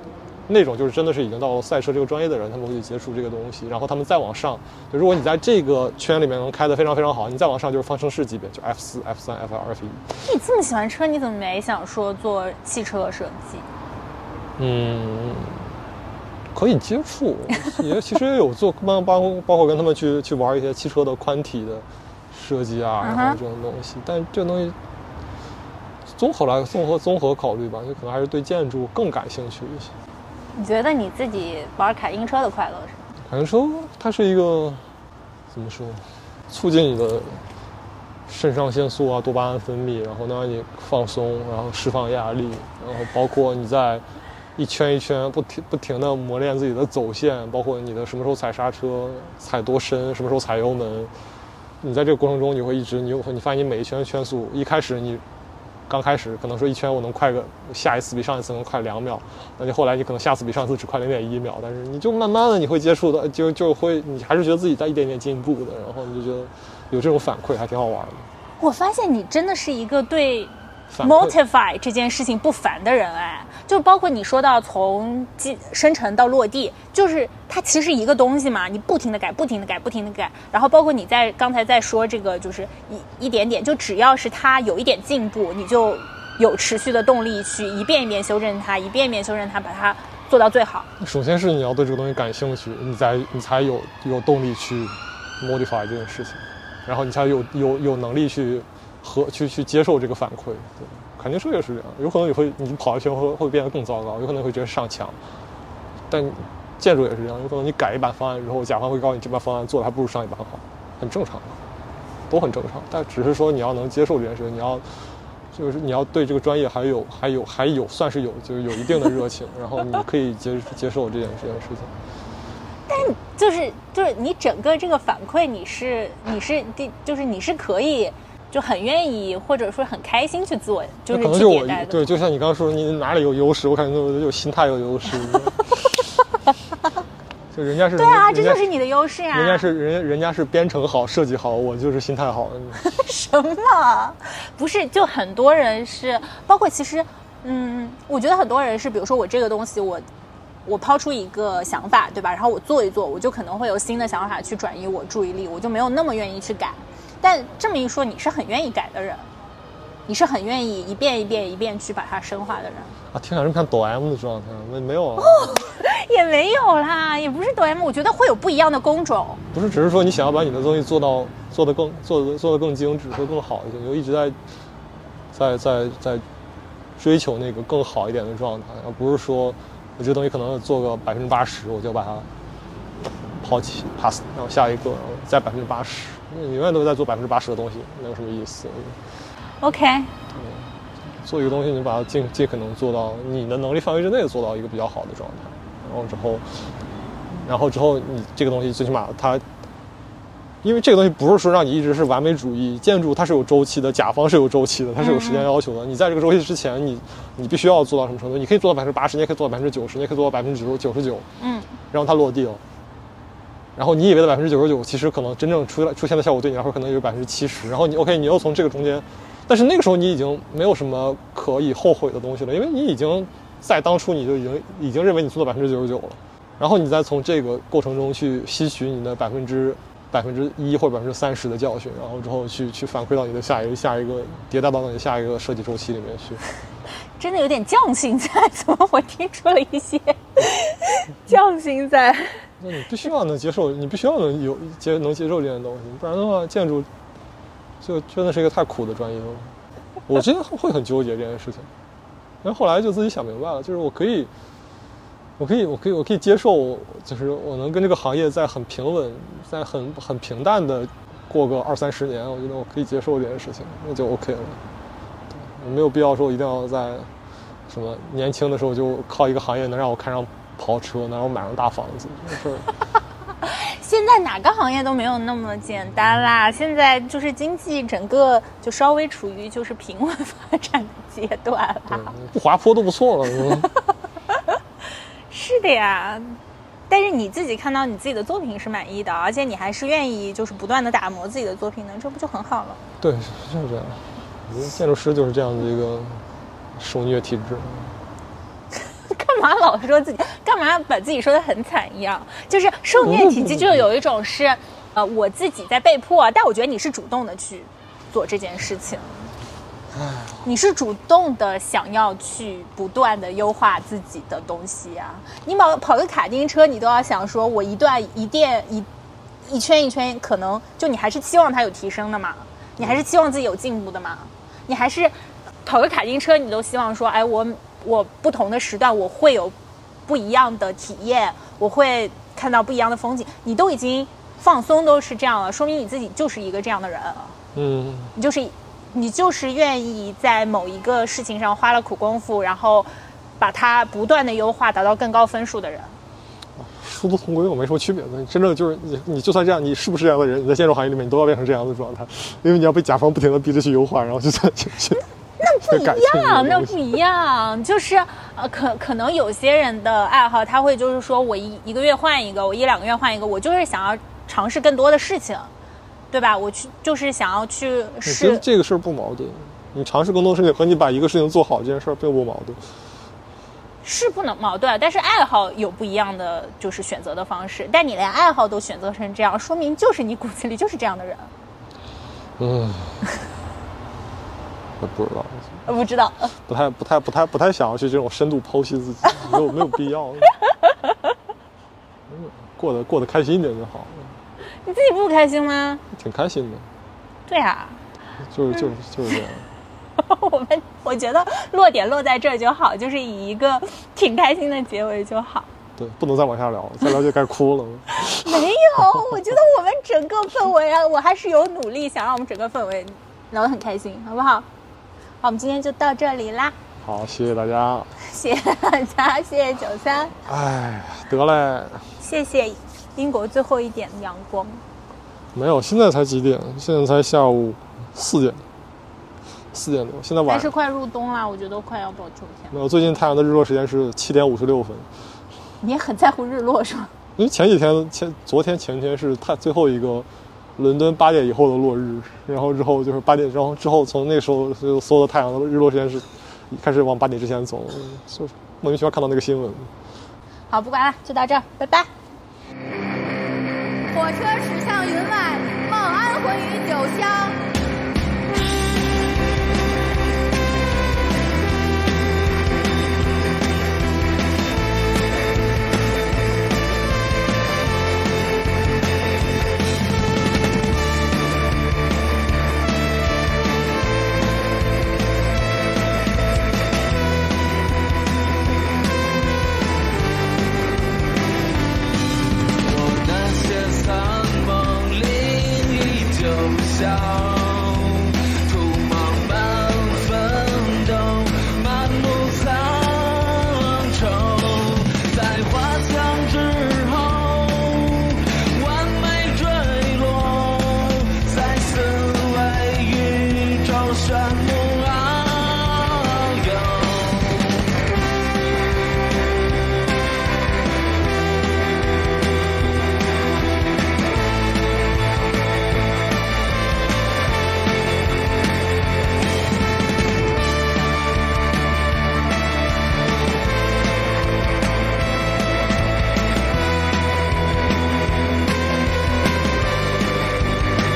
那种就是真的是已经到了赛车这个专业的人，他们会去接触这个东西，然后他们再往上，就如果你在这个圈里面能开得非常非常好，你再往上就是方程式级别，就 F 四、F 三、F 二、F 一。 你这么喜欢车，你怎么没想说做汽车设计？ 嗯，可以接触，也其实也有做包包包括跟他们去去玩一些汽车的宽体的设计啊，然后这种东西， uh-huh. 但这东西综合来综合综合考虑吧，就可能还是对建筑更感兴趣一些。 你觉得你自己玩卡丁车的快乐是吗？ 卡丁车它是一个怎么说，促进你的肾上腺素啊、多巴胺分泌，然后能让你放松，然后释放压力，然后包括你在一圈一圈不停不停地磨练自己的走线，包括你的什么时候踩刹车、踩多深、什么时候踩油门。你在这个过程中，你会一直你你发现你每一圈圈速，一开始你刚开始可能说一圈我能快个，下一次比上一次能快两秒，那你后来你可能下次比上次只快零点一秒，但是你就慢慢的你会接触的，就就会你还是觉得自己在一点点进步的，然后你就觉得有这种反馈还挺好玩的。 我发现你真的是一个对 Motify 这件事情不烦的人哎，就包括你说到从生成到落地，就是它其实一个东西嘛，你不停的改不停的改不停的改，然后包括你在刚才在说这个就是一一点点，就只要是它有一点进步，你就有持续的动力去一遍一遍修正它，一遍一遍修正它，把它做到最好。 首先是你要对这个东西感兴趣，你才你才有有动力去 modify 这件事情，然后你才有有有能力去和去去接受这个反馈。对，肯定是也是这样，有可能你会你跑一圈会会变得更糟糕，有可能会直接上墙。但建筑也是这样，有可能你改一版方案之后，甲方会告诉你这版方案做的还不如上一版好，很正常，都很正常。但只是说你要能接受这件事情，你要就是你要对这个专业还有还有还有算是有就是有一定的热情，然后你可以接接受这件这件事情。 但就是就是你整个这个反馈，你是你是就是你是可以。就很愿意或者说很开心去做，就是去迭代的。 对，就像你刚刚说你哪里有优势，我感觉有心态有优势。就人家是对啊，这就是你的优势呀、啊。 人家是人人家是编程好、设计好，我就是心态好。 什么？不是，就很多人是，包括其实，嗯，我觉得很多人是，比如说我这个东西我。我抛出一个想法，对吧？然后我做一做，我就可能会有新的想法去转移我注意力，我就没有那么愿意去改。但这么一说，你是很愿意改的人，你是很愿意一遍一遍一遍去把它深化的人啊！听起来这么像抖 M 的状态，没没有啊、 哦？也没有啦，也不是抖 M， 我觉得会有不一样的工种。 不是，只是说你想要把你的东西做到做得更做得做得更精致，做得更好一些，你就一直在在在在追求那个更好一点的状态，而不是说。我这个东西可能做个百分之八十，我就把它抛弃 pass， 然后下一个，然后再百分之八十，你永远都在做百分之八十的东西，没有什么意思。 OK， 做一个东西，你把它尽尽可能做到你的能力范围之内，做到一个比较好的状态，然后之后，然后之后你这个东西最起码它。因为这个东西不是说让你一直是完美主义，建筑它是有周期的，甲方是有周期的，它是有时间要求的。你在这个周期之前，你你必须要做到什么程度？你可以做到百分之八十，你也可以做到百分之九十，你也可以做到百分之九九十九。嗯，然后它落地了，然后你以为的百分之九十九，其实可能真正出来出现的效果对你来说可能有百分之七十。然后你 OK， 你又从这个中间，但是那个时候你已经没有什么可以后悔的东西了，因为你已经在当初你就已经已经认为你做到百分之九十九了，然后你再从这个过程中去吸取你的百分之。百分之一或者百分之三十的教训，然后之后去去反馈到你的下一个下一个迭代到你的下一个设计周期里面去。 真的有点匠心在，怎么我听出了一些匠心在？ 那你必须要能接受，你必须要能有接能接受这件东西，不然的话，建筑就真的是一个太苦的专业了。我之前会很纠结这件事情，然后后来就自己想明白了，就是我可以。我可以，我可以，我可以接受，就是我能跟这个行业在很平稳、在很很平淡的过个二三十年，我觉得我可以接受这件事情，那就 OK 了。对，没有必要说一定要在什么年轻的时候就靠一个行业能让我开上跑车，能让我买上大房子，这事儿。 现在哪个行业都没有那么简单啦，现在就是经济整个就稍微处于就是平稳发展的阶段啦， 不滑坡都不错了。 是的呀，但是你自己看到你自己的作品是满意的，而且你还是愿意就是不断的打磨自己的作品呢，这不就很好了？ 对，就是这样。我觉得建筑师就是这样的一受虐体质。 干嘛老说自己，干嘛把自己说的很惨一样？就是受虐体积就有一种是，呃，我自己在被迫，但我觉得你是主动的去做这件事情，你是主动的想要去不断的优化自己的东西啊。你跑跑个卡丁车，你都要想说，我一段一电一一圈一圈，可能就你还是期望它有提升的嘛，你还是期望自己有进步的嘛，你还是跑个卡丁车，你都希望说，哎，我。我不同的时段我会有不一样的体验，我会看到不一样的风景，你都已经放松都是这样了，说明你自己就是一个这样的人。 嗯， 你就是你就是愿意在某一个事情上花了苦功夫，然后把它不断的优化，达到更高分数的人。 殊途同归，我没什么区别的。真正就是你，你就算这样，你是不是这样的人，你在建筑行业里面，你都要变成这样的状态，因为你要被甲方不停的逼着去优化，然后就再去去。 那不一样，那不一样，就是呃，可可能有些人的爱好，他会就是说我一一个月换一个，我一两个月换一个，我就是想要尝试更多的事情，对吧？我去就是想要去试。 我觉得这个事儿不矛盾，你尝试更多事情和你把一个事情做好这件事儿并不矛盾。 是不能矛盾，但是爱好有不一样的就是选择的方式，但你连爱好都选择成这样，说明就是你骨子里就是这样的人。 嗯。我不知道， 我不知道， 不太不太不太不太想要去这种深度剖析自己，没有没有必要。嗯，过得过得开心一点就好。 你自己不开心吗？ 挺开心的。 对啊， 就是就是就是这样。 我们我觉得落点落在这儿就好，就是以一个挺开心的结尾就好。 对，不能再往下聊了，再聊就该哭了。 没有，我觉得我们整个氛围啊，我还是有努力想让我们整个氛围聊得很开心，好不好？好，我们今天就到这里啦。 好，谢谢大家。 谢谢大家，谢谢九三。 哎，得嘞。 谢谢英国最后一点阳光。 没有，现在才几点？现在才下午四点，四点多。现在晚上。 但是快入冬了，我觉得快要到秋天。 没有，最近太阳的日落时间是七点五十六分。 你也很在乎日落是吗？ 因为前几天前昨天前天是太最后一个。伦敦八点以后的落日，然后之后就是八点，然后之后从那个时候就所有的太阳的日落时间是开始往八点之前走，就是莫名其妙看到那个新闻。 好，不管了，就到这儿，拜拜。 火车驶向云外，梦安魂于酒乡。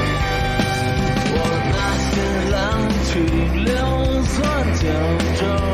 去流窜江州。